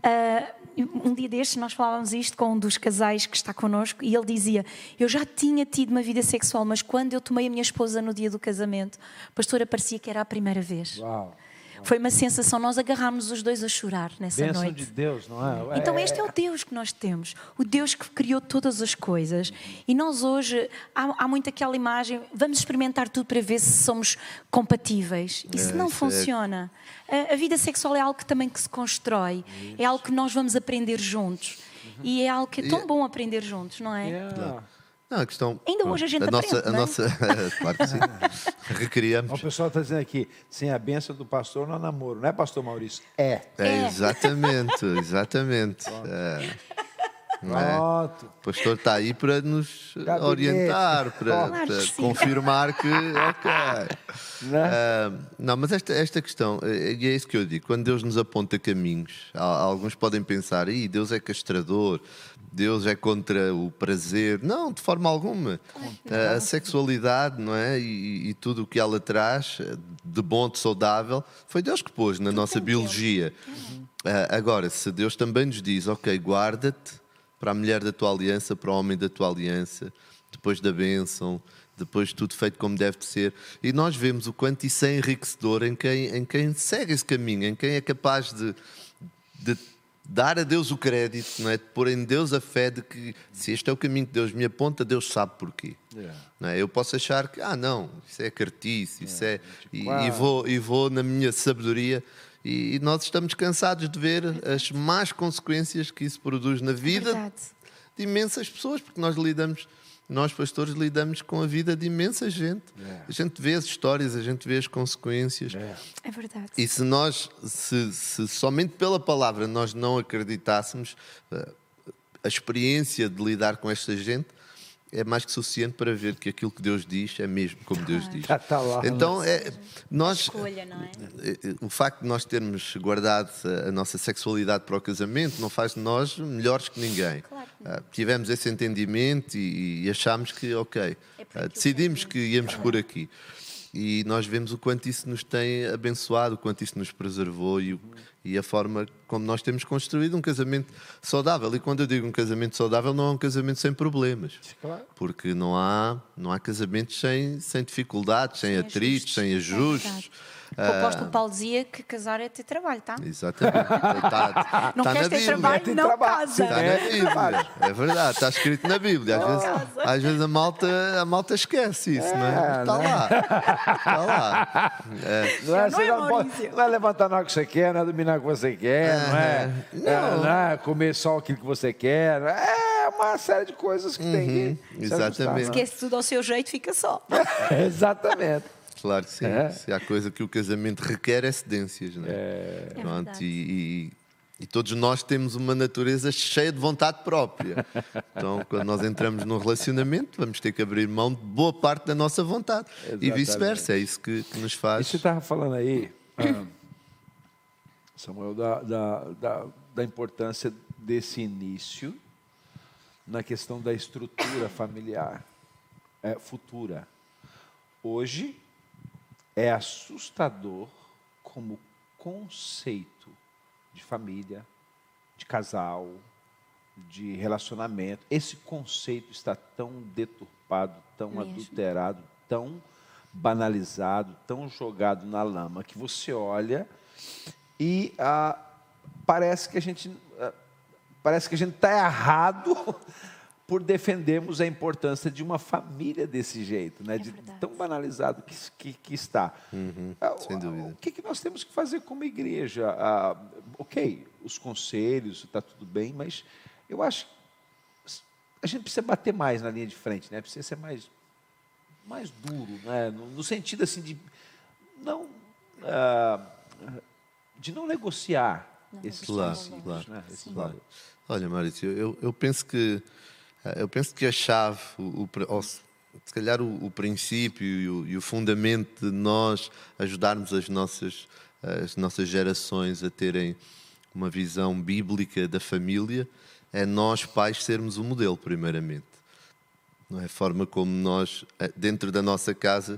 Uh, um dia destes nós falávamos isto com um dos casais que está connosco e ele dizia, eu já tinha tido uma vida sexual, mas quando eu tomei a minha esposa no dia do casamento, pastora, parecia que era a primeira vez. Uau. Foi uma sensação, nós agarrámos os dois a chorar nessa Bênção noite. de Deus, não é? Então este é o Deus que nós temos, o Deus que criou todas as coisas. E nós hoje, há, há muito aquela imagem, vamos experimentar tudo para ver se somos compatíveis. Isso é, não isso funciona. É. A, a vida sexual é algo que também que se constrói, isso. É algo que nós vamos aprender juntos. Uhum. E é algo que é tão yeah. bom aprender juntos, não é? Yeah. Não, a questão... Ainda hoje a gente a aprende, nossa, a não é? nossa, claro que sim. Recriamos. O pessoal está dizendo aqui, sem a bênção do pastor não há namoro, não é, pastor Maurício? É. É, é. Exatamente, exatamente. É. É. O pastor está aí para nos Gabinete. orientar, para, claro para que confirmar que, ok. Não, uh, não mas esta, esta questão, e é isso que eu digo, quando Deus nos aponta caminhos, alguns podem pensar, Ih, Deus é castrador, Deus é contra o prazer. Não, de forma alguma. A sexualidade, não é? E, e tudo o que ela traz, de bom, de saudável, foi Deus que pôs na nossa biologia. Agora, se Deus também nos diz, ok, guarda-te para a mulher da tua aliança, para o homem da tua aliança, depois da bênção, depois de tudo feito como deve de ser. E nós vemos o quanto isso é enriquecedor em quem, em quem segue esse caminho, em quem é capaz de... de dar a Deus o crédito, não é? De pôr em Deus a fé de que se este é o caminho que Deus me aponta, Deus sabe porquê. Yeah. Não é? Eu posso achar que, ah não, isso é cartice, isso yeah. é... E, e, vou, e vou na minha sabedoria e, e nós estamos cansados de ver as más consequências que isso produz na vida é de imensas pessoas, porque nós lidamos... Nós, pastores, lidamos com a vida de imensa gente. Yeah. A gente vê as histórias, a gente vê as consequências. Yeah. É verdade. E se nós, se, se somente pela palavra nós não acreditássemos, a experiência de lidar com esta gente é mais que suficiente para ver que aquilo que Deus diz é mesmo como ah, Deus diz. Já está lá. Então, é, nós, escolha, não é? O facto de nós termos guardado a nossa sexualidade para o casamento não faz de nós melhores que ninguém. Claro que uh, tivemos esse entendimento e, e achámos que, ok, é uh, decidimos que íamos por aqui. E nós vemos o quanto isso nos tem abençoado, o quanto isso nos preservou e, o, e a forma como nós temos construído um casamento saudável. E quando eu digo um casamento saudável, não é um casamento sem problemas. Claro. Porque não há, não há casamentos sem, sem dificuldades, sem, sem atritos, ajustes. sem ajustes. O apóstolo Paulo dizia que casar é ter trabalho, tá? Exatamente. Tá, Não tá queres na ter Bíblia. trabalho, Tem não trabalho. casa. Está na Bíblia. É verdade, está escrito na Bíblia. Às vezes, às vezes a, malta, a malta esquece isso, não é? Está lá. Está lá. É. Não é, Não você é, não, pode- Maurício? não é levantar na hora que você quer, não é dominar o que você quer, não é, Não. é, não é comer só aquilo que você quer. É uma série de coisas que tem que se exatamente. ajustar, não é? Esquece tudo ao seu jeito, fica só. Exatamente. Claro que sim. É. Se há coisa que o casamento requer é cedências, não é? É Pronto, verdade. e, e- e todos nós temos uma natureza cheia de vontade própria. Então, quando nós entramos num relacionamento, vamos ter que abrir mão de boa parte da nossa vontade. E Exatamente. vice-versa, é isso que, que nos E faz. você estava falando aí, ah, Samuel, da, da, da, da importância desse início na questão da estrutura familiar é, futura. Hoje é assustador como conceito de família, de casal, de relacionamento. Esse conceito está tão deturpado, tão Mesmo. adulterado, tão banalizado, tão jogado na lama, que você olha e ah, parece que a gente ah, parece que a gente está errado por defendermos a importância de uma família desse jeito, né? de verdade. tão banalizado que, que, que está. Ah, sem dúvida. O que, que nós temos que fazer como igreja? Ah, ok, os conselhos, está tudo bem, mas eu acho que a gente precisa bater mais na linha de frente, né? Precisa ser mais, mais duro, né? no, no sentido assim de não, ah, de não negociar Não esses negociar princípios, valores. né? Esses Sim. valores. Olha, Maurício, eu, eu penso que eu penso que a chave, o, o, ou se se calhar o, o princípio e o, e o fundamento de nós ajudarmos as nossas, as nossas gerações a terem uma visão bíblica da família é nós, pais, sermos o modelo, primeiramente. Não é a forma como nós, dentro da nossa casa,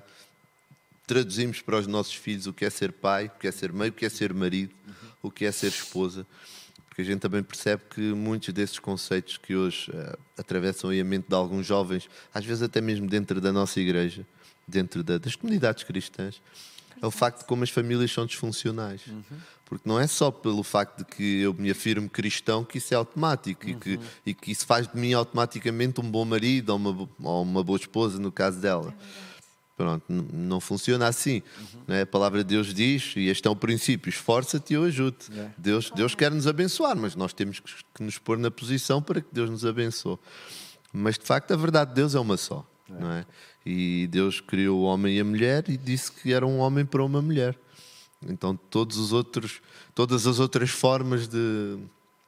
traduzimos para os nossos filhos o que é ser pai, o que é ser mãe, o que é ser marido, o que é ser esposa. Porque a gente também percebe que muitos desses conceitos que hoje uh, atravessam aí a mente de alguns jovens, às vezes até mesmo dentro da nossa igreja, dentro da, das comunidades cristãs, é o facto de como as famílias são disfuncionais. Uhum. Porque não é só pelo facto de que eu me afirmo cristão que isso é automático, uhum, e, que, e que isso faz de mim automaticamente um bom marido ou uma, ou uma boa esposa, no caso dela. É Pronto, não funciona assim. Uhum. Não é? A palavra de Deus diz, e este é o princípio, esforça-te e eu ajudo. É. Deus, Deus quer nos abençoar, mas nós temos que nos pôr na posição para que Deus nos abençoe. Mas, de facto, a verdade de Deus é uma só. É. Não é? E Deus criou o homem e a mulher e disse que era um homem para uma mulher. Então, todos os outros, todas as outras formas de,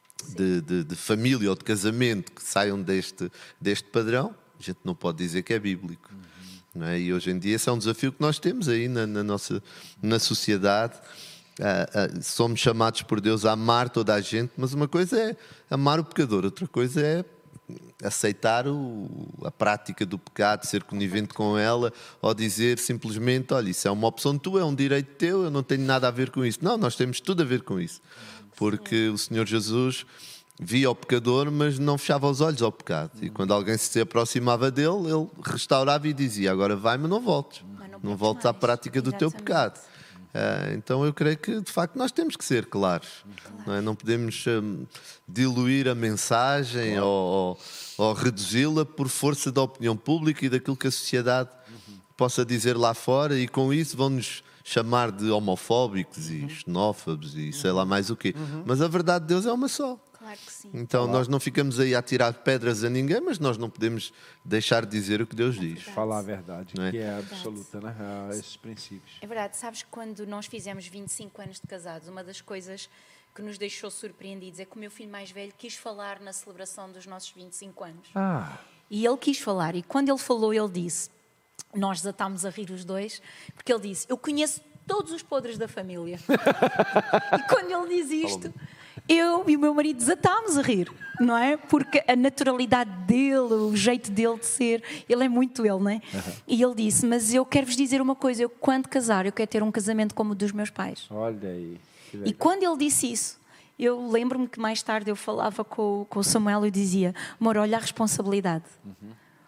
de, de, de família ou de casamento que saiam deste, deste padrão, a gente não pode dizer que é bíblico. Uhum. Não é? E hoje em dia esse é um desafio que nós temos aí na, na nossa na sociedade. Uh, uh, somos chamados por Deus a amar toda a gente, mas uma coisa é amar o pecador, outra coisa é aceitar o, a prática do pecado, ser conivente com ela, ou dizer simplesmente, olha, isso é uma opção tua, é um direito teu, eu não tenho nada a ver com isso. Não, nós temos tudo a ver com isso, porque o Senhor Jesus via o pecador, mas não fechava os olhos ao pecado. E quando alguém se aproximava dele, ele restaurava e dizia, agora vai, mas não voltes. Mas não, não voltes à prática do teu pecado. Uh, então eu creio que, de facto, nós temos que ser claros. Claro. Não é? Não podemos um, diluir a mensagem, claro, ou, ou, ou reduzi-la por força da opinião pública e daquilo que a sociedade uhum. possa dizer lá fora, e com isso vão-nos chamar de homofóbicos uhum. e xenófobos e sei lá mais o quê. Uhum. Mas a verdade de Deus é uma só. Claro que sim. Então Falar. nós não ficamos aí a tirar pedras a ninguém, mas nós não podemos deixar de dizer o que Deus diz. Falar a verdade, Não é? que é absoluta, né? A esses princípios. É verdade. Sabes que quando nós fizemos vinte e cinco anos de casados, uma das coisas que nos deixou surpreendidos é que o meu filho mais velho quis falar na celebração dos nossos vinte e cinco anos. Ah. E ele quis falar, e quando ele falou, ele disse, nós desatámos a rir os dois, porque ele disse, eu conheço todos os podres da família. E quando ele diz isto, eu e o meu marido desatámos a rir, não é? Porque a naturalidade dele, o jeito dele de ser, ele é muito ele, não é? Uhum. E ele disse, mas eu quero-vos dizer uma coisa, eu quando casar, eu quero ter um casamento como o dos meus pais. Olha aí. E quando ele disse isso, eu lembro-me que mais tarde eu falava com, com o Samuel e dizia, amor, olha a responsabilidade. Uhum.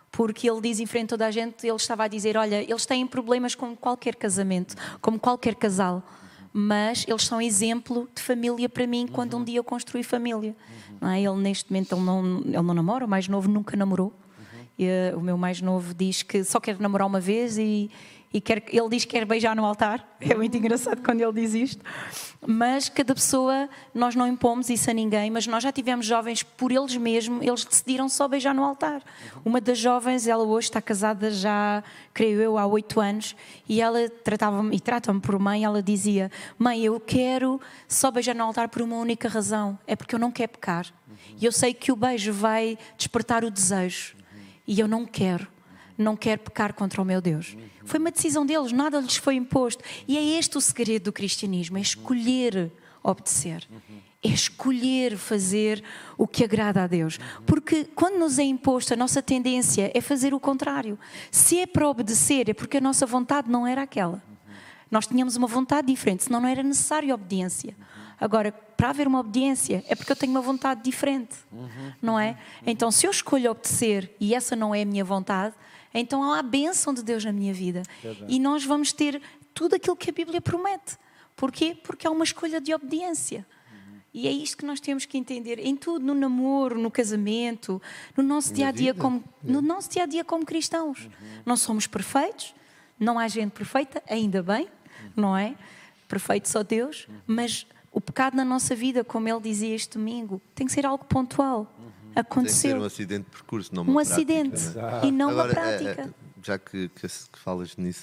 Porque ele diz em frente a toda a gente, ele estava a dizer, olha, eles têm problemas com qualquer casamento, como qualquer casal, mas eles são exemplo de família para mim quando um dia eu construí família. Não é? Ele neste momento ele não, ele não namora, o mais novo nunca namorou. E, uh, o meu mais novo diz que só quer namorar uma vez e, e quer, ele diz que quer beijar no altar. É muito engraçado quando ele diz isto. Mas cada pessoa, nós não impomos isso a ninguém, mas nós já tivemos jovens por eles mesmos, eles decidiram só beijar no altar. Uma das jovens, ela hoje está casada já, creio eu, há oito anos, e ela tratava-me e trata-me por mãe, ela dizia, mãe, eu quero só beijar no altar por uma única razão, é porque eu não quero pecar. E eu sei que o beijo vai despertar o desejo, e eu não quero. Não quero pecar contra o meu Deus. Foi uma decisão deles, nada lhes foi imposto. E é este o segredo do cristianismo, é escolher obedecer. É escolher fazer o que agrada a Deus. Porque quando nos é imposto, a nossa tendência é fazer o contrário. Se é para obedecer, é porque a nossa vontade não era aquela. Nós tínhamos uma vontade diferente, senão não era necessário obediência. Agora, para haver uma obediência, é porque eu tenho uma vontade diferente, não é? Então, se eu escolho obedecer e essa não é a minha vontade, então há a bênção de Deus na minha vida. E nós vamos ter tudo aquilo que a Bíblia promete. Porquê? Porque há uma escolha de obediência. E é isto que nós temos que entender em tudo, no namoro, no casamento, no nosso dia a dia como, no nosso dia a dia como cristãos. Não somos perfeitos, não há gente perfeita, ainda bem, não é? Perfeito só Deus, mas o pecado na nossa vida, como ele dizia este domingo, tem que ser algo pontual. Aconteceu. Tem que ser um acidente de percurso, não uma um prática, acidente né? e não Agora, uma prática. É, é, já que, que, que falas nisso,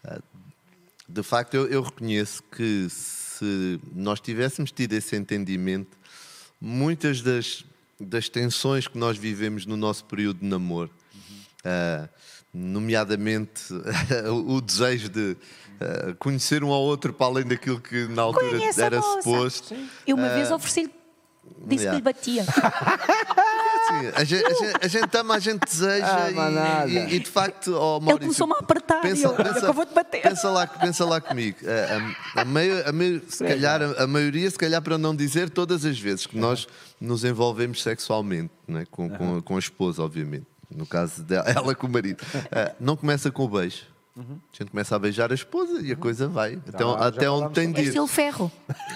de facto eu, eu reconheço que se nós tivéssemos tido esse entendimento, muitas das, das tensões que nós vivemos no nosso período de namoro, uhum. uh, nomeadamente o desejo de uh, conhecer um ao outro para além daquilo que na altura Conhece era suposto. Eu uma uh, vez ofereci-lhe, disse yeah. que lhe batia. Sim, a, gente, a, gente, a gente ama, a gente deseja ah, e, e, e de facto, oh, Maurício, ele começou-me a apertar pensa, e eu, pensa, eu vou-te bater. Pensa lá, pensa lá comigo. A, a, a, meio, a, meio, se calhar, a, a maioria, se calhar para não dizer todas as vezes que nós nos envolvemos sexualmente, né? com, uhum. com, com a esposa, obviamente. No caso dela, ela com o marido. Uh, não começa com o beijo. Uhum. A gente começa a beijar a esposa e a coisa vai. Então, até até onde tem de ir. É estilo ferro.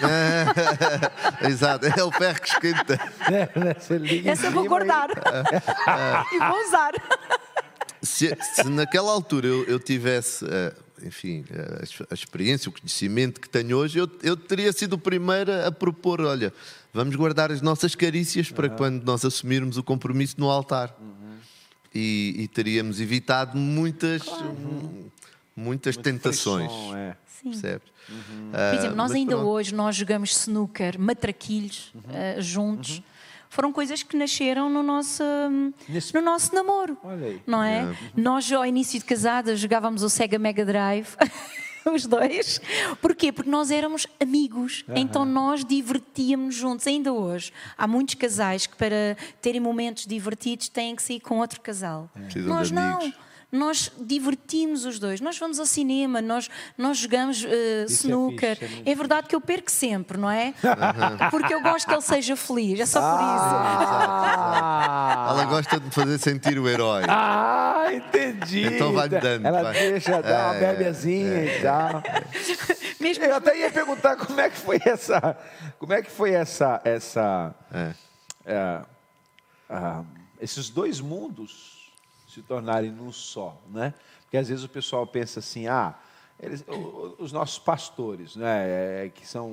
É, exato, é o ferro que esquenta. Essa eu vou guardar. E... e vou usar. Se, se naquela altura eu, eu tivesse, uh, enfim, a, a experiência, o conhecimento que tenho hoje, eu, eu teria sido o primeiro a propor, olha, vamos guardar as nossas carícias para uhum. quando nós assumirmos o compromisso no altar. Uhum. E, e teríamos evitado muitas, claro. um, muitas Muito tentações. Frição, é. Percebes? Uhum. Uh, Por exemplo, nós ainda pronto. hoje nós jogamos snooker, matraquilhos, uhum. uh, juntos. Uhum. Foram coisas que nasceram no nosso, Nesse... no nosso namoro. Não é? Uhum. Nós, ao início de casada, jogávamos o Sega Mega Drive. Os dois. Porquê? Porque nós éramos amigos. Uhum. Então nós divertíamos juntos. Ainda hoje há muitos casais que para terem momentos divertidos têm que sair com outro casal. É. Nós não. Nós divertimos os dois. Nós vamos ao cinema, nós, nós jogamos uh, snooker. É, fixe, é, é verdade que eu perco sempre, não é? Uhum. Porque eu gosto que ele seja feliz. É só por ah, isso. Ela gosta de fazer sentir o herói. Ah, entendi. Então vai dando. Ela vai. deixa dar uma é, bebezinha é, e tal. Mesmo eu até ia perguntar como é que foi essa... Como é que foi essa... essa é. É, uh, esses dois mundos se tornarem num só, né? Porque às vezes o pessoal pensa assim, ah, eles, os nossos pastores, né, que são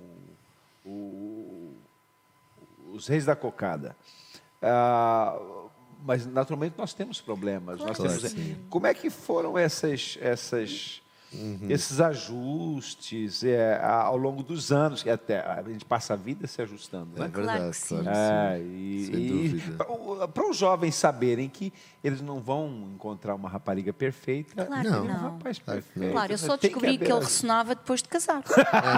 o, os reis da cocada, ah, mas naturalmente nós temos problemas. Claro, nós temos, como é que foram essas, essas, uhum. esses ajustes é, ao longo dos anos, que até a gente passa a vida se ajustando, né? É verdade, claro. É, e, Sem dúvida. Para os jovens saberem que eles não vão encontrar uma rapariga perfeita, claro não. não. um rapaz perfeito. Claro, eu só descobri que, que ele ressonava depois de casar. Uhum.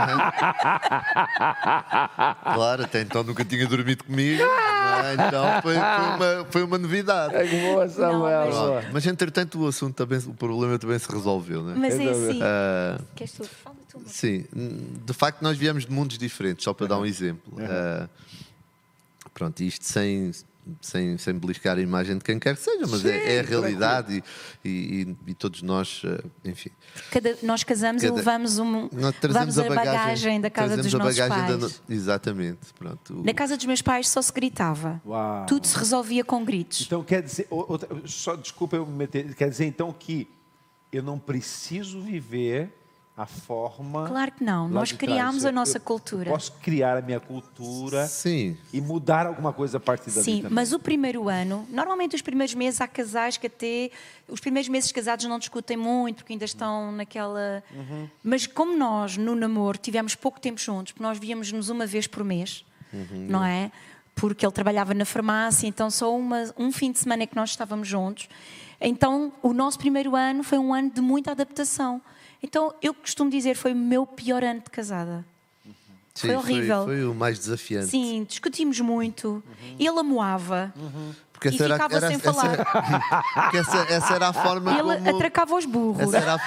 Claro, até então nunca tinha dormido comigo. Então foi, foi, uma, foi uma novidade. É boa, Samuel. Não, mas... mas entretanto o assunto também, o problema também se resolveu, né? Mas é assim. Uh, Queres tu? Fala tu. Sim, de facto nós viemos de mundos diferentes, só para uhum. dar um exemplo. Uhum. Uh, pronto, isto sem, sem, sem beliscar a imagem de quem quer que seja, mas Sim, é, é a realidade e, e, e todos nós, uh, enfim. Cada, nós casamos Cada, e levamos, um, nós levamos a bagagem, bagagem da casa dos nossos pais. No, exatamente. Pronto. Na casa dos meus pais só se gritava. Uau. Tudo se resolvia com gritos. Então quer dizer, outra, só desculpa eu me meter, quer dizer então que eu não preciso viver a forma... Claro que não, nós criámos a nossa cultura. Eu posso criar a minha cultura. Sim. E mudar alguma coisa a partir dali. Sim, também. mas o primeiro ano, normalmente os primeiros meses há casais que até, os primeiros meses casados não discutem muito, porque ainda estão naquela... Uhum. Mas como nós, no namoro, tivemos pouco tempo juntos, porque nós víamos-nos uma vez por mês, uhum. não é? Porque ele trabalhava na farmácia, então só uma, um fim de semana é que nós estávamos juntos. Então, o nosso primeiro ano foi um ano de muita adaptação. Então, eu costumo dizer, foi o meu pior ano de casada. Sim, foi horrível. Foi, foi o mais desafiante. Sim, discutimos muito. Uhum. Ele amoava. Uhum. Porque e ficava era, sem essa, falar. Essa, essa, essa era a forma ele como... atracava os burros. Essa era,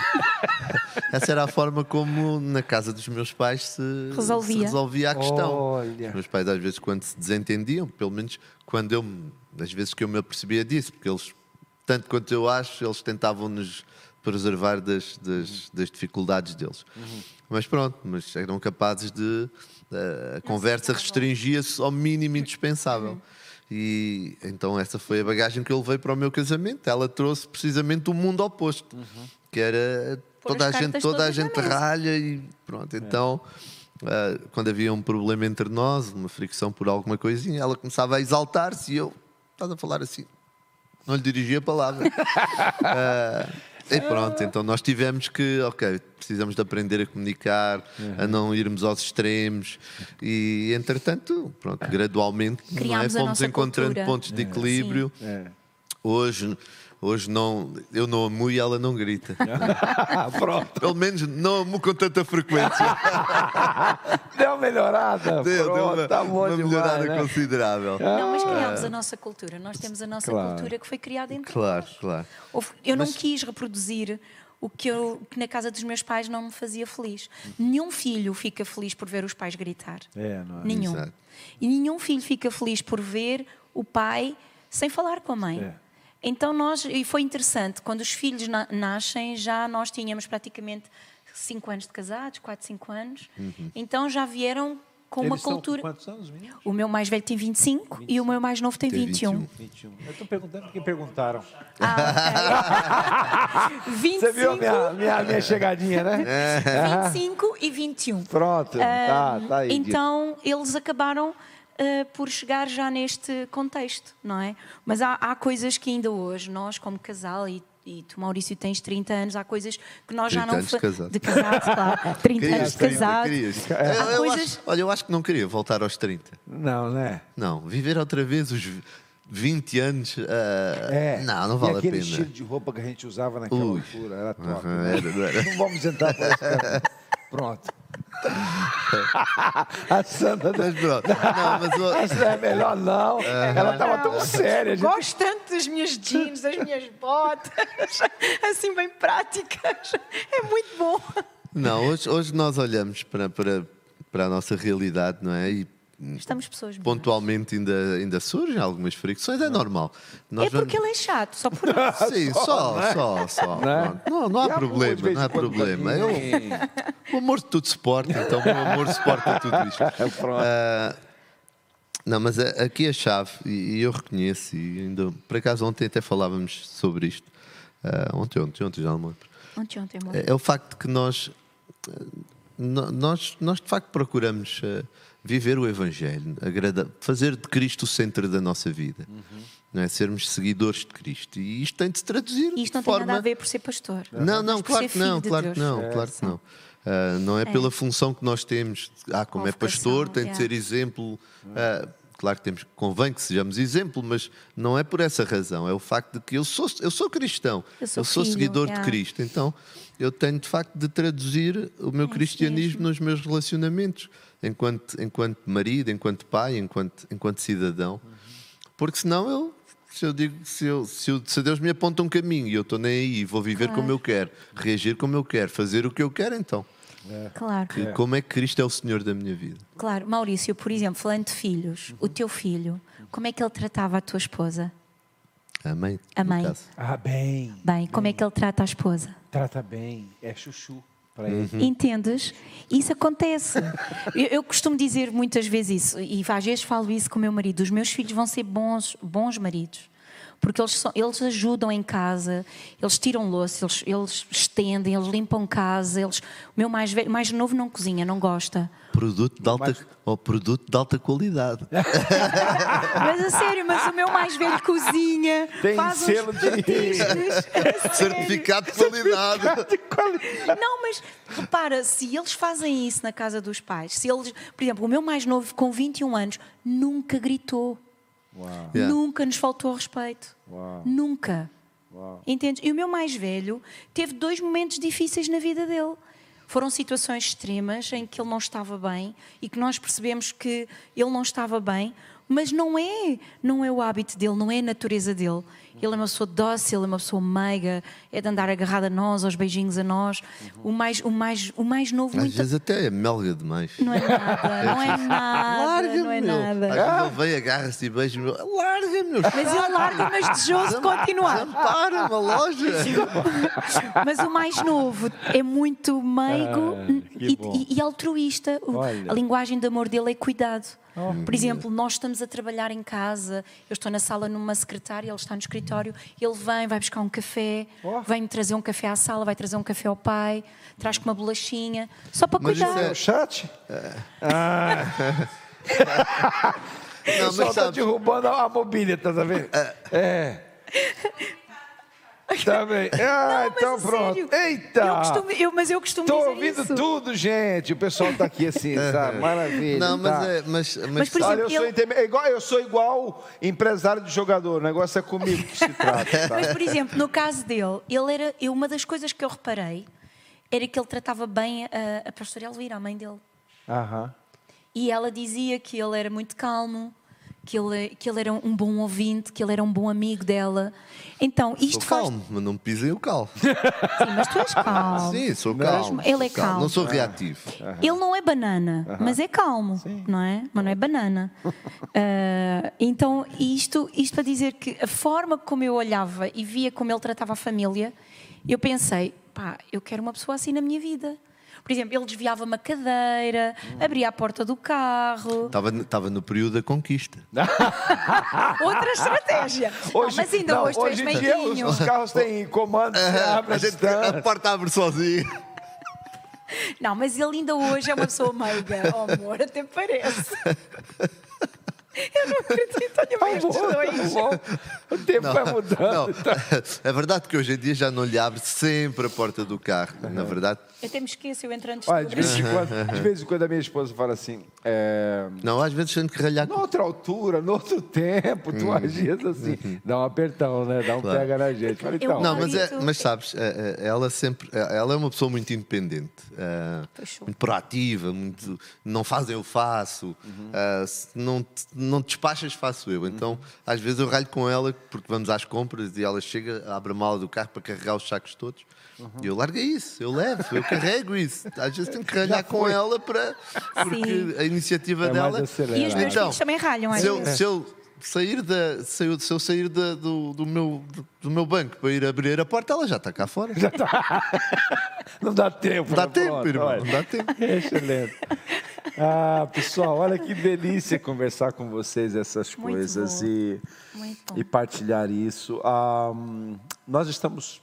a, essa era a forma como na casa dos meus pais se resolvia, se resolvia a questão. Olha. Os meus pais, às vezes, quando se desentendiam, pelo menos quando eu, às vezes que eu me apercebia disso, porque eles, tanto quanto eu acho, eles tentavam-nos preservar das, das, uhum. das dificuldades deles. Uhum. Mas pronto, mas eram capazes de... Uh, a conversa restringia-se ao mínimo indispensável. Uhum. E então essa foi a bagagem que eu levei para o meu casamento. Ela trouxe precisamente o mundo oposto, uhum. que era toda a gente, toda a gente ralha e pronto. Então, é. uh, quando havia um problema entre nós, uma fricção por alguma coisinha, ela começava a exaltar-se e eu, estás a falar assim, não lhe dirigia a palavra. uh, E pronto, então nós tivemos que, ok, precisamos de aprender a comunicar, uhum. a não irmos aos extremos e, entretanto, pronto, gradualmente não é? Fomos encontrando cultura. Pontos de equilíbrio. É. Hoje, hoje não, eu não amo e ela não grita. Pronto. Pelo menos não amo com tanta frequência. Deu uma melhorada. Deu, pronto, deu uma, tá bom uma demais, melhorada né? considerável. Não, mas criámos a nossa cultura. Nós temos a nossa claro. cultura que foi criada entre claro, nós. Claro, claro. Eu não mas... quis reproduzir o que, eu, que na casa dos meus pais não me fazia feliz. Nenhum filho fica feliz por ver os pais gritar. É, não é? Nenhum. Exato. E nenhum filho fica feliz por ver o pai sem falar com a mãe. É. Então nós, e foi interessante, quando os filhos na, nascem, já nós tínhamos praticamente cinco anos de casados, quatro, cinco anos, uhum. então já vieram com Eles uma cultura... Com quantos anos, meninos? O meu mais velho tem vinte e cinco, vinte e cinco. E o meu mais novo tem, tem vinte e um. vinte e um. Eu estou perguntando porque perguntaram. Ah, ok. vinte e cinco... Você viu a minha, minha, minha chegadinha, né? vinte e cinco e vinte e um. Pronto, tá, tá aí. Então, eles acabaram... Uh, por chegar já neste contexto, não é? Mas há, há coisas que ainda hoje, nós como casal, e, e tu, Maurício, tens trinta anos, há coisas que nós já não... anos de casado. De casado, claro. trinta anos de casado. É. Há eu coisas... acho, olha, eu acho que não queria voltar aos trinta. Não, né? Não, viver outra vez os vinte anos... Uh, é. Não, não vale a pena. E aquele estilo de roupa que a gente usava naquela Ui. altura, era top. Uhum, né? era, era. Não vamos entrar por esse caminho. Pronto. A Sandra... Mas pronto. Não, mas o... Essa é melhor não. Uhum. Ela estava tão séria. Gente... Gosto tanto das minhas jeans, das minhas botas, assim bem práticas. É muito bom. Não, hoje, hoje nós olhamos para, para, para a nossa realidade, não é? E estamos pessoas boas. Pontualmente ainda, ainda surgem algumas fricções, é normal. Nós é porque vamos... ele é chato, só por isso. Sim, só, né? só, só. Não, não, não há problema, não há problema. Eu, o amor de tudo suporta, então o meu amor suporta tudo isto. Uh, não, mas aqui a chave, e eu reconheço, e ainda, por acaso ontem até falávamos sobre isto, uh, ontem, ontem, ontem já não me lembro. Ontem, ontem, é, é o facto de que nós, nós, nós de facto procuramos... Uh, viver o Evangelho, agrada, fazer de Cristo o centro da nossa vida, uhum. não é? Sermos seguidores de Cristo. E isto tem de se traduzir. E isto não de forma... tem nada a ver por ser pastor. Não, não, claro que não, claro que não, é, claro que não. Uh, não é, é pela função que nós temos. Ah, como é pastor, tem de ser exemplo. Uh, claro que temos, convém que sejamos exemplo, mas não é por essa razão. É o facto de que eu sou, eu sou cristão, eu sou, eu sou filho, seguidor yeah. de Cristo. Então eu tenho de facto de traduzir o meu é cristianismo mesmo. Nos meus relacionamentos. Enquanto, enquanto marido, enquanto pai, enquanto, enquanto cidadão. Uhum. Porque senão eu, se eu digo, se, eu, se, eu, se Deus me aponta um caminho e eu estou nem aí, vou viver claro. Como eu quero, reagir como eu quero, fazer o que eu quero, então. É. Claro. Que, como é que Cristo é o Senhor da minha vida? Claro. Maurício, por exemplo, falando de filhos, uhum. o teu filho, como é que ele tratava a tua esposa? A mãe. A no mãe. caso. Ah, bem. Bem, como é que ele trata a esposa? Trata bem. É chuchu para ele. Entendes? Isso acontece. Eu, eu costumo dizer muitas vezes isso, e às vezes falo isso com o meu marido: os meus filhos vão ser bons, bons maridos. Porque eles, são, eles ajudam em casa, eles tiram louça, eles, eles estendem, eles limpam casa. Eles, o meu mais, velho, mais novo não cozinha, não gosta. Produto de alta, Mas- ou produto de alta qualidade. Mas a sério, mas o meu mais velho cozinha, Tem faz uns selo de- petiscos. A sério. Certificado de qualidade. De qualidade. Não, mas repara, se eles fazem isso na casa dos pais, se eles, por exemplo, o meu mais novo com vinte e um anos nunca gritou, Uau. Yeah. nunca nos faltou respeito, Uau. nunca. Uau. Entendes? E o meu mais velho teve dois momentos difíceis na vida dele. Foram situações extremas em que ele não estava bem e que nós percebemos que ele não estava bem, mas não é, não é o hábito dele, não é a natureza dele. Ele é uma pessoa dócil, é uma pessoa meiga, é de andar agarrado a nós, aos beijinhos a nós. O mais, o mais, o mais novo, Às muito... vezes até é melga demais. não é nada, não é nada, Larga-me, não é meu. nada. Às vezes ele vem, agarra-se e beija-me. Larga-me, meu. Mas ele larga, mas desejoso de continuar. Para uma loja. Mas o mais novo é muito meigo Ah, que e, bom. e- e altruísta. O- Olha. A linguagem de amor dele é cuidado. Por exemplo, nós estamos a trabalhar em casa, eu estou na sala numa secretária, ele está no escritório, ele vem, vai buscar um café, Oh. vem-me trazer um café à sala, vai trazer um café ao pai, traz com uma bolachinha, só para Mas cuidar. isso O chat? Não, O pessoal mas está sabes, derrubando a mobília, tá vendo? É. Tá bem. Ah, Mas, então a pronto. sério, Eita! Eu costumo, eu- mas eu costumo Tô dizer ouvindo isso. tudo, gente. O pessoal tá aqui assim, sabe? Maravilha. não, mas tá. é. Mas, mas, Mas, por sabe- Olha, eu exemplo, sou, ele- interme- é igual, eu sou igual empresário de jogador. O negócio é comigo que se trata. Tá? Mas, por exemplo, no caso dele, ele era, eu, uma das coisas que eu reparei era que ele tratava bem a, a pastora Elvira, a mãe dele. Aham. E ela dizia que ele era muito calmo, que ele, que ele era um bom ouvinte, que ele era um bom amigo dela. Então, sou isto faz... calmo, mas não pisem o cal. Sim, mas tu és calmo. Sim, sou Não, calmo. ele é sou calmo. calmo. Não sou reativo. Ele não é banana, mas é calmo, não é? Mas não é banana. Ah, então, isto, isto para dizer que a forma como eu olhava e via como ele tratava a família, eu pensei, pá, eu quero uma pessoa assim na minha vida. Por exemplo, ele desviava-me a cadeira, abria a porta do carro. Estava, estava no período da conquista. Outra estratégia. Não, mas ainda não, hoje tu és hoje em dia os, meiguinho. os carros têm comando, você abre A, a gente, distância. a porta abre sozinha. Não, mas ele ainda hoje é uma pessoa meiga. Oh, amor, até parece. Eu não acredito, olha bem estes dois. Bom, o tempo vai mudando. Não, é verdade que hoje em dia já não lhe abre sempre a porta do carro. Na verdade, Eu até me esqueço, eu entro antes Olha, de de vez, em quando, de vez em quando a minha esposa fala assim, é, não, às vezes tenho que ralhar com noutra altura, noutro tempo, tu agias assim. Dá um apertão, né? Dá um Claro. pega na gente. Fala, então, Não, mas, é, Acredito. mas sabes, é, é, ela sempre, é, ela é uma pessoa muito independente, é, Fechou. muito proativa, muito, não faz eu faço, é, se não, te- não despachas faço eu. Então, às vezes eu ralho com ela porque vamos às compras e ela chega, abre a mala do carro para carregar os sacos todos. E eu largo isso, eu levo, eu carrego isso. Às vezes tenho que ralhar com ela para, porque Sim. a iniciativa É mais dela. acelerado. E os meus Então, filhos também ralham às Se eu, vezes. se eu sair, da, se eu, se eu sair da- do, do, meu, do meu banco para ir abrir a porta, ela já está cá fora. não dá tempo. Não dá né? tempo, Pronto, irmão, olha. não dá tempo. Excelente. Ah, pessoal, olha que delícia conversar com vocês essas Muito coisas bom. e, Muito bom. e partilhar isso. Ah, hum, nós estamos.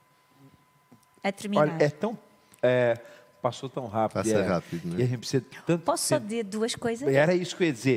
A terminar. Olha, é tão. é, passou tão rápido. Passa e é- rápido, né? E a gente precisa de tanto. Posso só tempo. dizer duas coisas? Era isso que eu ia dizer.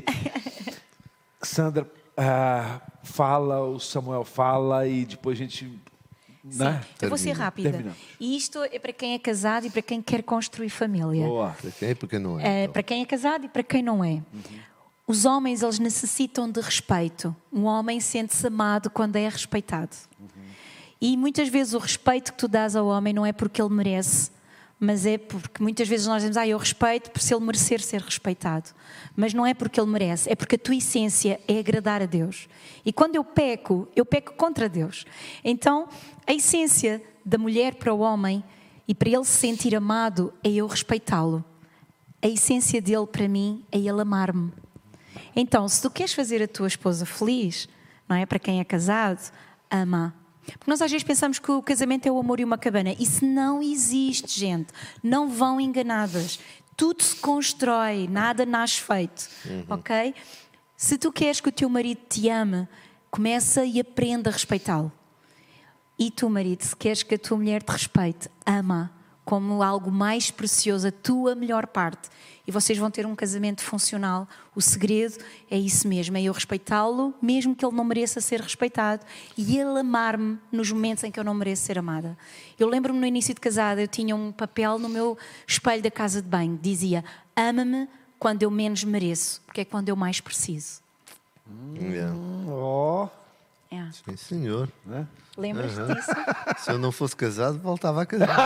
Sandra, ah, fala, o Samuel fala e depois a gente. Né? Eu vou ser Termina. rápida. Terminamos. E isto é para quem é casado e para quem quer construir família. Boa. Para quem é e para quem não é. É, então. para quem é casado e para quem não é. Os homens, eles necessitam de respeito. Um homem sente-se amado quando é respeitado. E muitas vezes o respeito que tu dás ao homem não é porque ele merece, mas é porque muitas vezes nós dizemos, ah, eu respeito por se ele merecer ser respeitado. Mas não é porque ele merece, é porque a tua essência é agradar a Deus. E quando eu peco, eu peco contra Deus. Então, a essência da mulher para o homem e para ele se sentir amado é eu respeitá-lo. A essência dele para mim é ele amar-me. Então, se tu queres fazer a tua esposa feliz, não é? Para quem é casado, ama. Porque nós às vezes pensamos que o casamento é o amor e uma cabana. Isso não existe, gente. Não vão enganadas. Tudo se constrói, nada nasce feito, uhum. ok? Se tu queres que o teu marido te ame, começa e aprenda a respeitá-lo. E tu, marido, se queres que a tua mulher te respeite, ama como algo mais precioso, a tua melhor parte. E vocês vão ter um casamento funcional. O segredo é isso mesmo, é eu respeitá-lo, mesmo que ele não mereça ser respeitado, e ele amar-me nos momentos em que eu não mereço ser amada. Eu lembro-me no início de casada, eu tinha um papel no meu espelho da casa de banho, dizia, ama-me quando eu menos mereço, porque é quando eu mais preciso. Yeah. Oh. É. Sim, senhor. Né? Lembras-te Uhum. disso? Se eu não fosse casado, voltava a casar.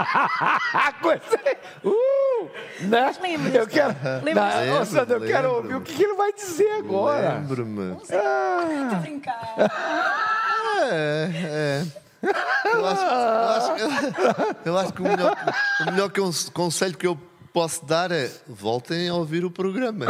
uh, né? Lembras-te? Eu quero, Lembras-te? não, ô, Sandra, eu quero Lembro-me. ouvir o que, que ele vai dizer agora. Lembro-me. Estou a brincar. É, é. Eu acho, eu acho, eu acho que o melhor, o melhor que um conselho que eu posso dar é voltem a ouvir o programa.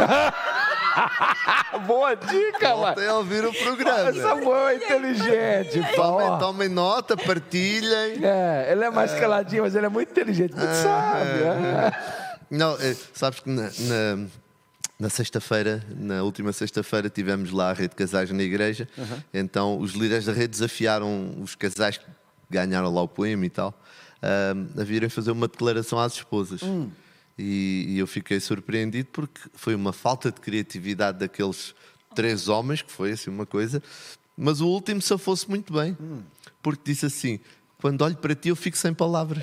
Boa dica, mano. Voltem a ouvir o programa. Essa boa é inteligente. Tomem, Ó. tomem nota, partilhem. É, ele é mais caladinho, mas ele é muito inteligente, muito sábio. É. Não, é, sabes que na, na, na sexta-feira, na última sexta-feira, tivemos lá a rede de casais na igreja. Uhum. Então os líderes da rede desafiaram os casais que ganharam lá o poema e tal a virem fazer uma declaração às esposas. Hum. E, e eu fiquei surpreendido porque foi uma falta de criatividade daqueles três homens, que foi assim uma coisa, mas o último safou-se muito bem, hum. porque disse assim: quando olho para ti eu fico sem palavras.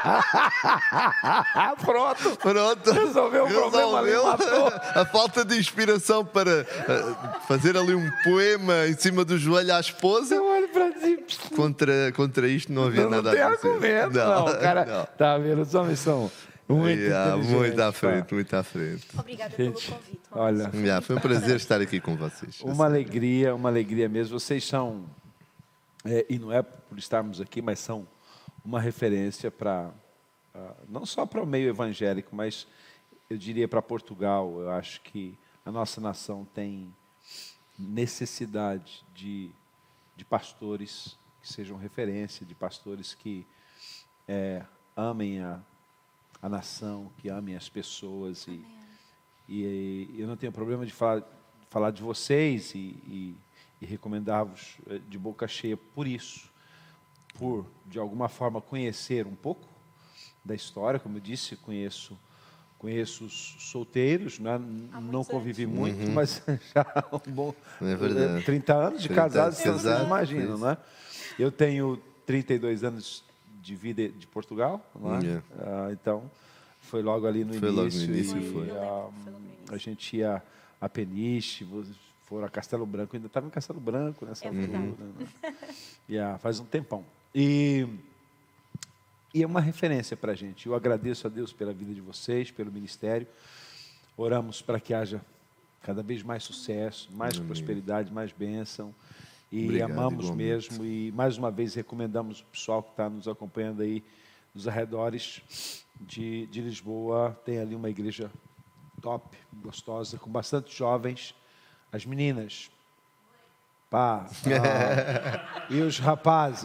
Pronto, Pronto, resolveu o problema ali, matou. A falta de inspiração para uh, fazer ali um poema em cima do joelho à esposa. Eu olho para ti. Contra, contra isto não havia não, nada não tem a dizer. argumento, não. não. Cara, não. Tá vendo? Os homens são muito yeah, muito à frente, pá. muito à frente. Obrigada Gente, pelo convite. Olha, yeah, foi um prazer estar aqui com vocês. Uma alegria, uma alegria mesmo. Vocês são, é, e não é por estarmos aqui, mas são uma referência para, uh, não só para o meio evangélico, mas eu diria para Portugal. Eu acho que a nossa nação tem necessidade de, de pastores que sejam referência, de pastores que é, amem a, a nação, que amem as pessoas. E, e, e eu não tenho problema de falar, falar de vocês e, e, e recomendar-vos de boca cheia por isso, por, de alguma forma, conhecer um pouco da história. Como eu disse, conheço, conheço os solteiros, né? Não convivi anos. muito, uhum. mas já há um bom é trinta anos de casados, então vocês imaginam, isso. né? Eu tenho trinta e dois anos de vida de Portugal, né? Yeah. Uh, então foi logo ali no foi início. Logo no início e, foi. Uh, a gente ia a Peniche, foram a Castelo Branco, ainda estava em Castelo Branco nessa é altura. Né? Yeah, faz um tempão. E, e é uma referência para a gente. Eu agradeço a Deus pela vida de vocês, pelo ministério. Oramos para que haja cada vez mais sucesso, mais Amém. prosperidade, mais bênção. E Obrigado, amamos igualmente. mesmo. E mais uma vez recomendamos o pessoal que está nos acompanhando aí nos arredores de, de Lisboa. Tem ali uma igreja top, gostosa, com bastante jovens. As meninas, pá, ah, e os rapazes.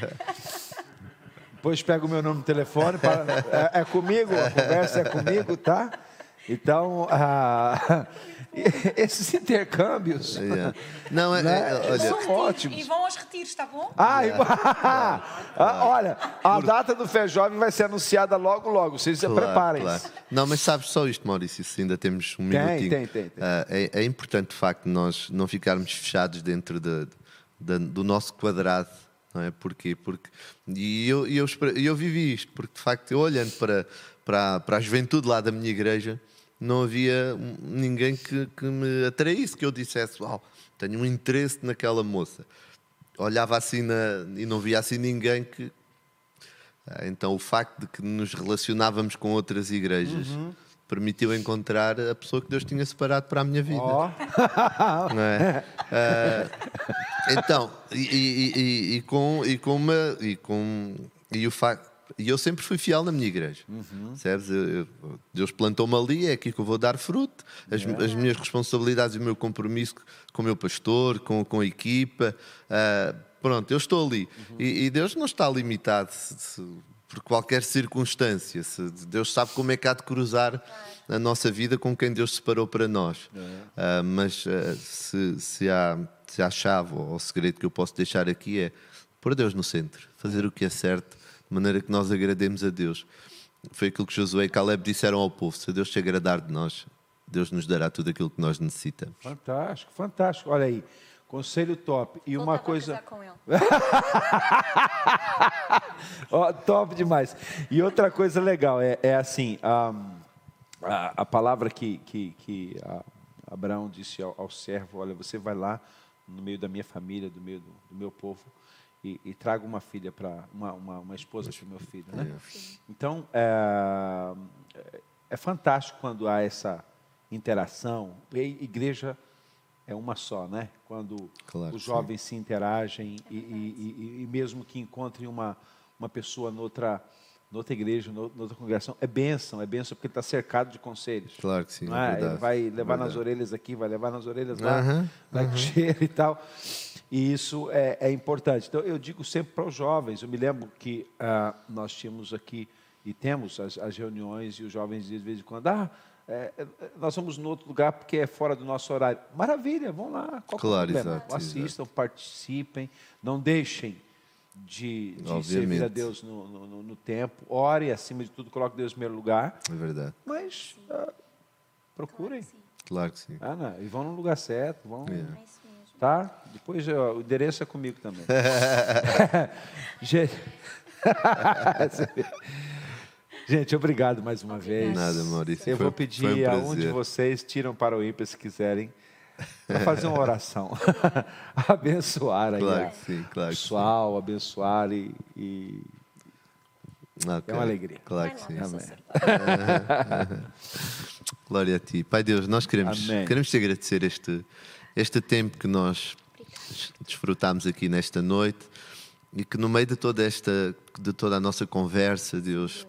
Depois pega o meu nome no telefone, para, é, é comigo, a conversa é comigo, tá? Então, ah, esses intercâmbios, yeah. não, é, né, é, olha, são retiros, ótimos. E vão aos retiros, tá bom? Ah, yeah. ah, olha, a data do Fé Jovem vai ser anunciada logo, logo. Vocês claro, preparem-se. Claro. Não, mas sabes só isto, Maurício, se ainda temos um tem, minutinho. Tem, tem, tem. Uh, é, é importante, de facto, nós não ficarmos fechados dentro de, de, do nosso quadrado. Não é? Porquê? Porque, e eu, eu, eu vivi isto, porque, de facto, eu olhando para, para, para a juventude lá da minha igreja, não havia ninguém que, que me atraísse, que eu dissesse, uau, tenho um interesse naquela moça. Olhava assim na, e não via assim ninguém que... Então o facto de que nos relacionávamos com outras igrejas uhum. permitiu encontrar a pessoa que Deus tinha separado para a minha vida. Oh. Não é? uh, então, e, e, e, e, com, e, com uma, e, com, e, o facto, e eu sempre fui fiel na minha igreja. Uhum. Eu, eu, Deus plantou-me ali, é aqui que eu vou dar fruto. As, é. as minhas responsabilidades e o meu compromisso com o meu pastor, com, com a equipa. Uh, pronto, eu estou ali. Uhum. E, e Deus não está limitado se, se, por qualquer circunstância. Se, Deus sabe como é que há de cruzar a nossa vida com quem Deus separou para nós. É. Uh, mas uh, se, se, há, se há chave ou o segredo que eu posso deixar aqui é pôr Deus no centro, fazer o que é certo, de maneira que nós agrademos a Deus. Foi aquilo que Josué e Caleb disseram ao povo: se Deus se agradar de nós, Deus nos dará tudo aquilo que nós necessitamos. Fantástico, fantástico. Olha aí, conselho top. E uma coisa... com ele. oh, top demais. E outra coisa legal, é, é assim, a, a, a palavra que, que, que a Abraão disse ao, ao servo: olha, você vai lá no meio da minha família, do meio do, do meu povo, E, e trago uma filha para uma, uma, uma esposa para o meu filho, né? É. Então é, é fantástico quando há essa interação. E a igreja é uma só, né? Quando claro, os jovens sim. se interagem é e, e, e, e mesmo que encontrem uma uma pessoa noutra noutra igreja, noutra congregação, é bênção, é bênção porque ele está cercado de conselhos. Claro que sim. Não é? É Ele vai levar verdade. nas orelhas aqui, vai levar nas orelhas lá, uhum, vai uhum. com cheiro e tal. E isso é, é importante. Então, eu digo sempre para os jovens. Eu me lembro que ah, nós tínhamos aqui, e temos as, as reuniões, e os jovens dizem de vez em quando: ah, é, nós vamos no outro lugar porque é fora do nosso horário. Maravilha, vão lá. Qual claro, é o problema? exato, Assistam, exato. participem, não deixem de, de servir a Deus no, no, no tempo. Ore, acima de tudo, coloque Deus em primeiro lugar. É verdade. Mas ah, procurem. Claro que sim. Ana, e vão no lugar certo, vão... É. Tá? Depois ó, o endereço é comigo também. Gente... Gente, obrigado mais uma vez. Nada, Maurício. Eu foi, vou pedir um a um de vocês, tiram para o ímpar se quiserem, para fazer uma oração. Abençoar aí claro a, que sim, claro o pessoal, abençoar e... e... Okay. É uma alegria. Claro que sim. Amém. Glória a Ti. Pai Deus, nós queremos, queremos te agradecer este, este tempo que nós desfrutámos aqui nesta noite e que no meio de toda esta, de toda a nossa conversa, Deus,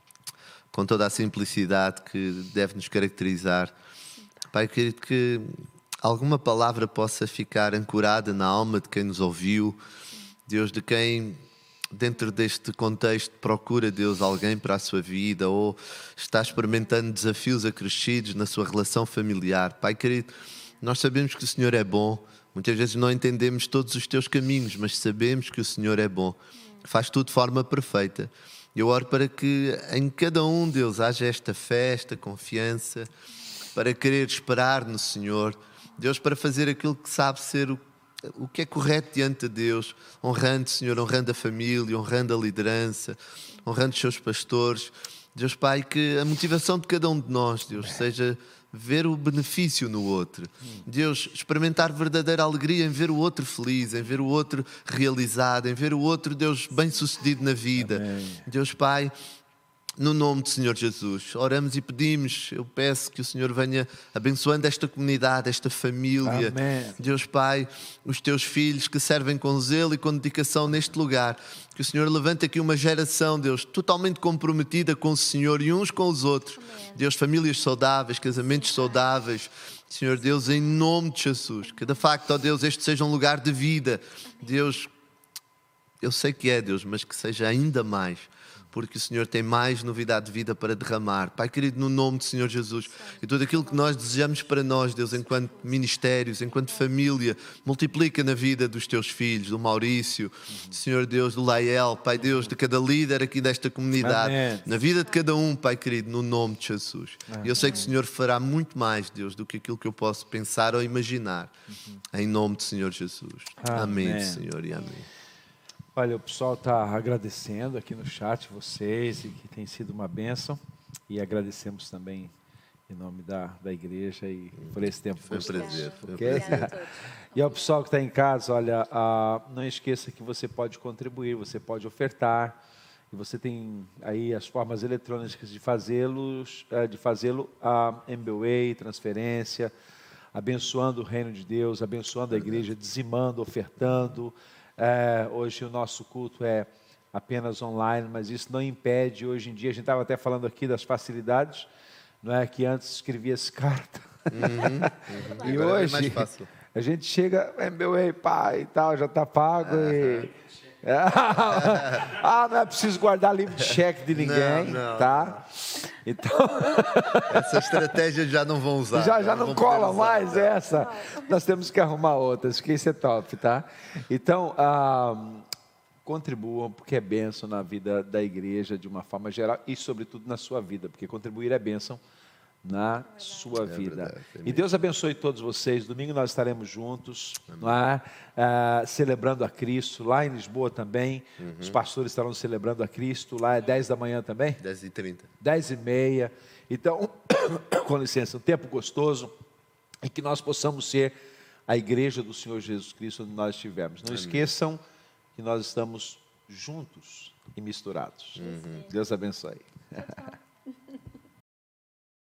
com toda a simplicidade que deve nos caracterizar, Pai, querido, que alguma palavra possa ficar ancorada na alma de quem nos ouviu, Deus, de quem... dentro deste contexto procura, Deus, alguém para a sua vida ou está experimentando desafios acrescidos na sua relação familiar. Pai querido, nós sabemos que o Senhor é bom, muitas vezes não entendemos todos os teus caminhos, mas sabemos que o Senhor é bom, faz tudo de forma perfeita. Eu oro para que em cada um, Deus, haja esta fé, esta confiança, para querer esperar no Senhor, Deus, para fazer aquilo que sabe ser o o que é correto diante de Deus, honrando, Senhor, honrando a família, honrando a liderança, honrando os seus pastores. Deus Pai, que a motivação de cada um de nós, Deus, seja ver o benefício no outro. Deus, experimentar verdadeira alegria em ver o outro feliz, em ver o outro realizado, em ver o outro, Deus, bem-sucedido na vida. Amém. Deus Pai, no nome do Senhor Jesus, oramos e pedimos, eu peço que o Senhor venha abençoando esta comunidade, esta família. Amém. Deus Pai, os teus filhos que servem com zelo e com dedicação neste lugar. Que o Senhor levante aqui uma geração, Deus, totalmente comprometida com o Senhor e uns com os outros. Amém. Deus, famílias saudáveis, casamentos Sim, saudáveis. Senhor Deus, em nome de Jesus, que de facto, ó Deus, este seja um lugar de vida. Deus, eu sei que é, Deus, mas que seja ainda mais, porque o Senhor tem mais novidade de vida para derramar. Pai querido, no nome do Senhor Jesus, e tudo aquilo que nós desejamos para nós, Deus, enquanto ministérios, enquanto família, multiplica na vida dos teus filhos, do Maurício, Senhor Deus, do Lael, Pai Deus, de cada líder aqui desta comunidade, Amém. Na vida de cada um, Pai querido, no nome de Jesus. E eu sei que o Senhor fará muito mais, Deus, do que aquilo que eu posso pensar ou imaginar, em nome do Senhor Jesus. Amém, Amém Senhor, e amém. Olha, o pessoal está agradecendo aqui no chat vocês, e que tem sido uma bênção. E agradecemos também em nome da, da igreja e por esse tempo. Foi um prazer. Foi um okay? prazer. E ao pessoal que está em casa, olha, ah, não esqueça que você pode contribuir, você pode ofertar. E você tem aí as formas eletrônicas de fazê-los, de fazê-lo a M B W A, transferência, abençoando o reino de Deus, abençoando a igreja, dizimando, ofertando. É, hoje o nosso culto é apenas online, mas isso não impede. Hoje em dia, a gente estava até falando aqui das facilidades, não é que antes escrevia-se carta. Uhum, uhum. E Agora é hoje mais fácil. a gente chega, é meu ei, pai e tal, já está pago. E... ah, não é preciso guardar livro de cheque de ninguém, não, não, tá? Então, essa estratégia já não vão usar. já, já não, vão cola poder usar. mais essa. Nós temos que arrumar outras, que isso é top, tá? Então, ah, contribuam, porque é bênção na vida da igreja de uma forma geral e, sobretudo, na sua vida, porque contribuir é bênção na sua vida. verdade, é E mesmo. Deus abençoe todos vocês. Domingo nós estaremos juntos, não é? Ah, celebrando a Cristo. Lá em Lisboa também, os pastores estarão celebrando a Cristo. Lá é dez da manhã também? dez e trinta. dez e meia. Então, com licença, um tempo gostoso e que nós possamos ser a igreja do Senhor Jesus Cristo onde nós estivermos. Não esqueçam que nós estamos juntos e misturados. Deus abençoe. Tchau, tchau.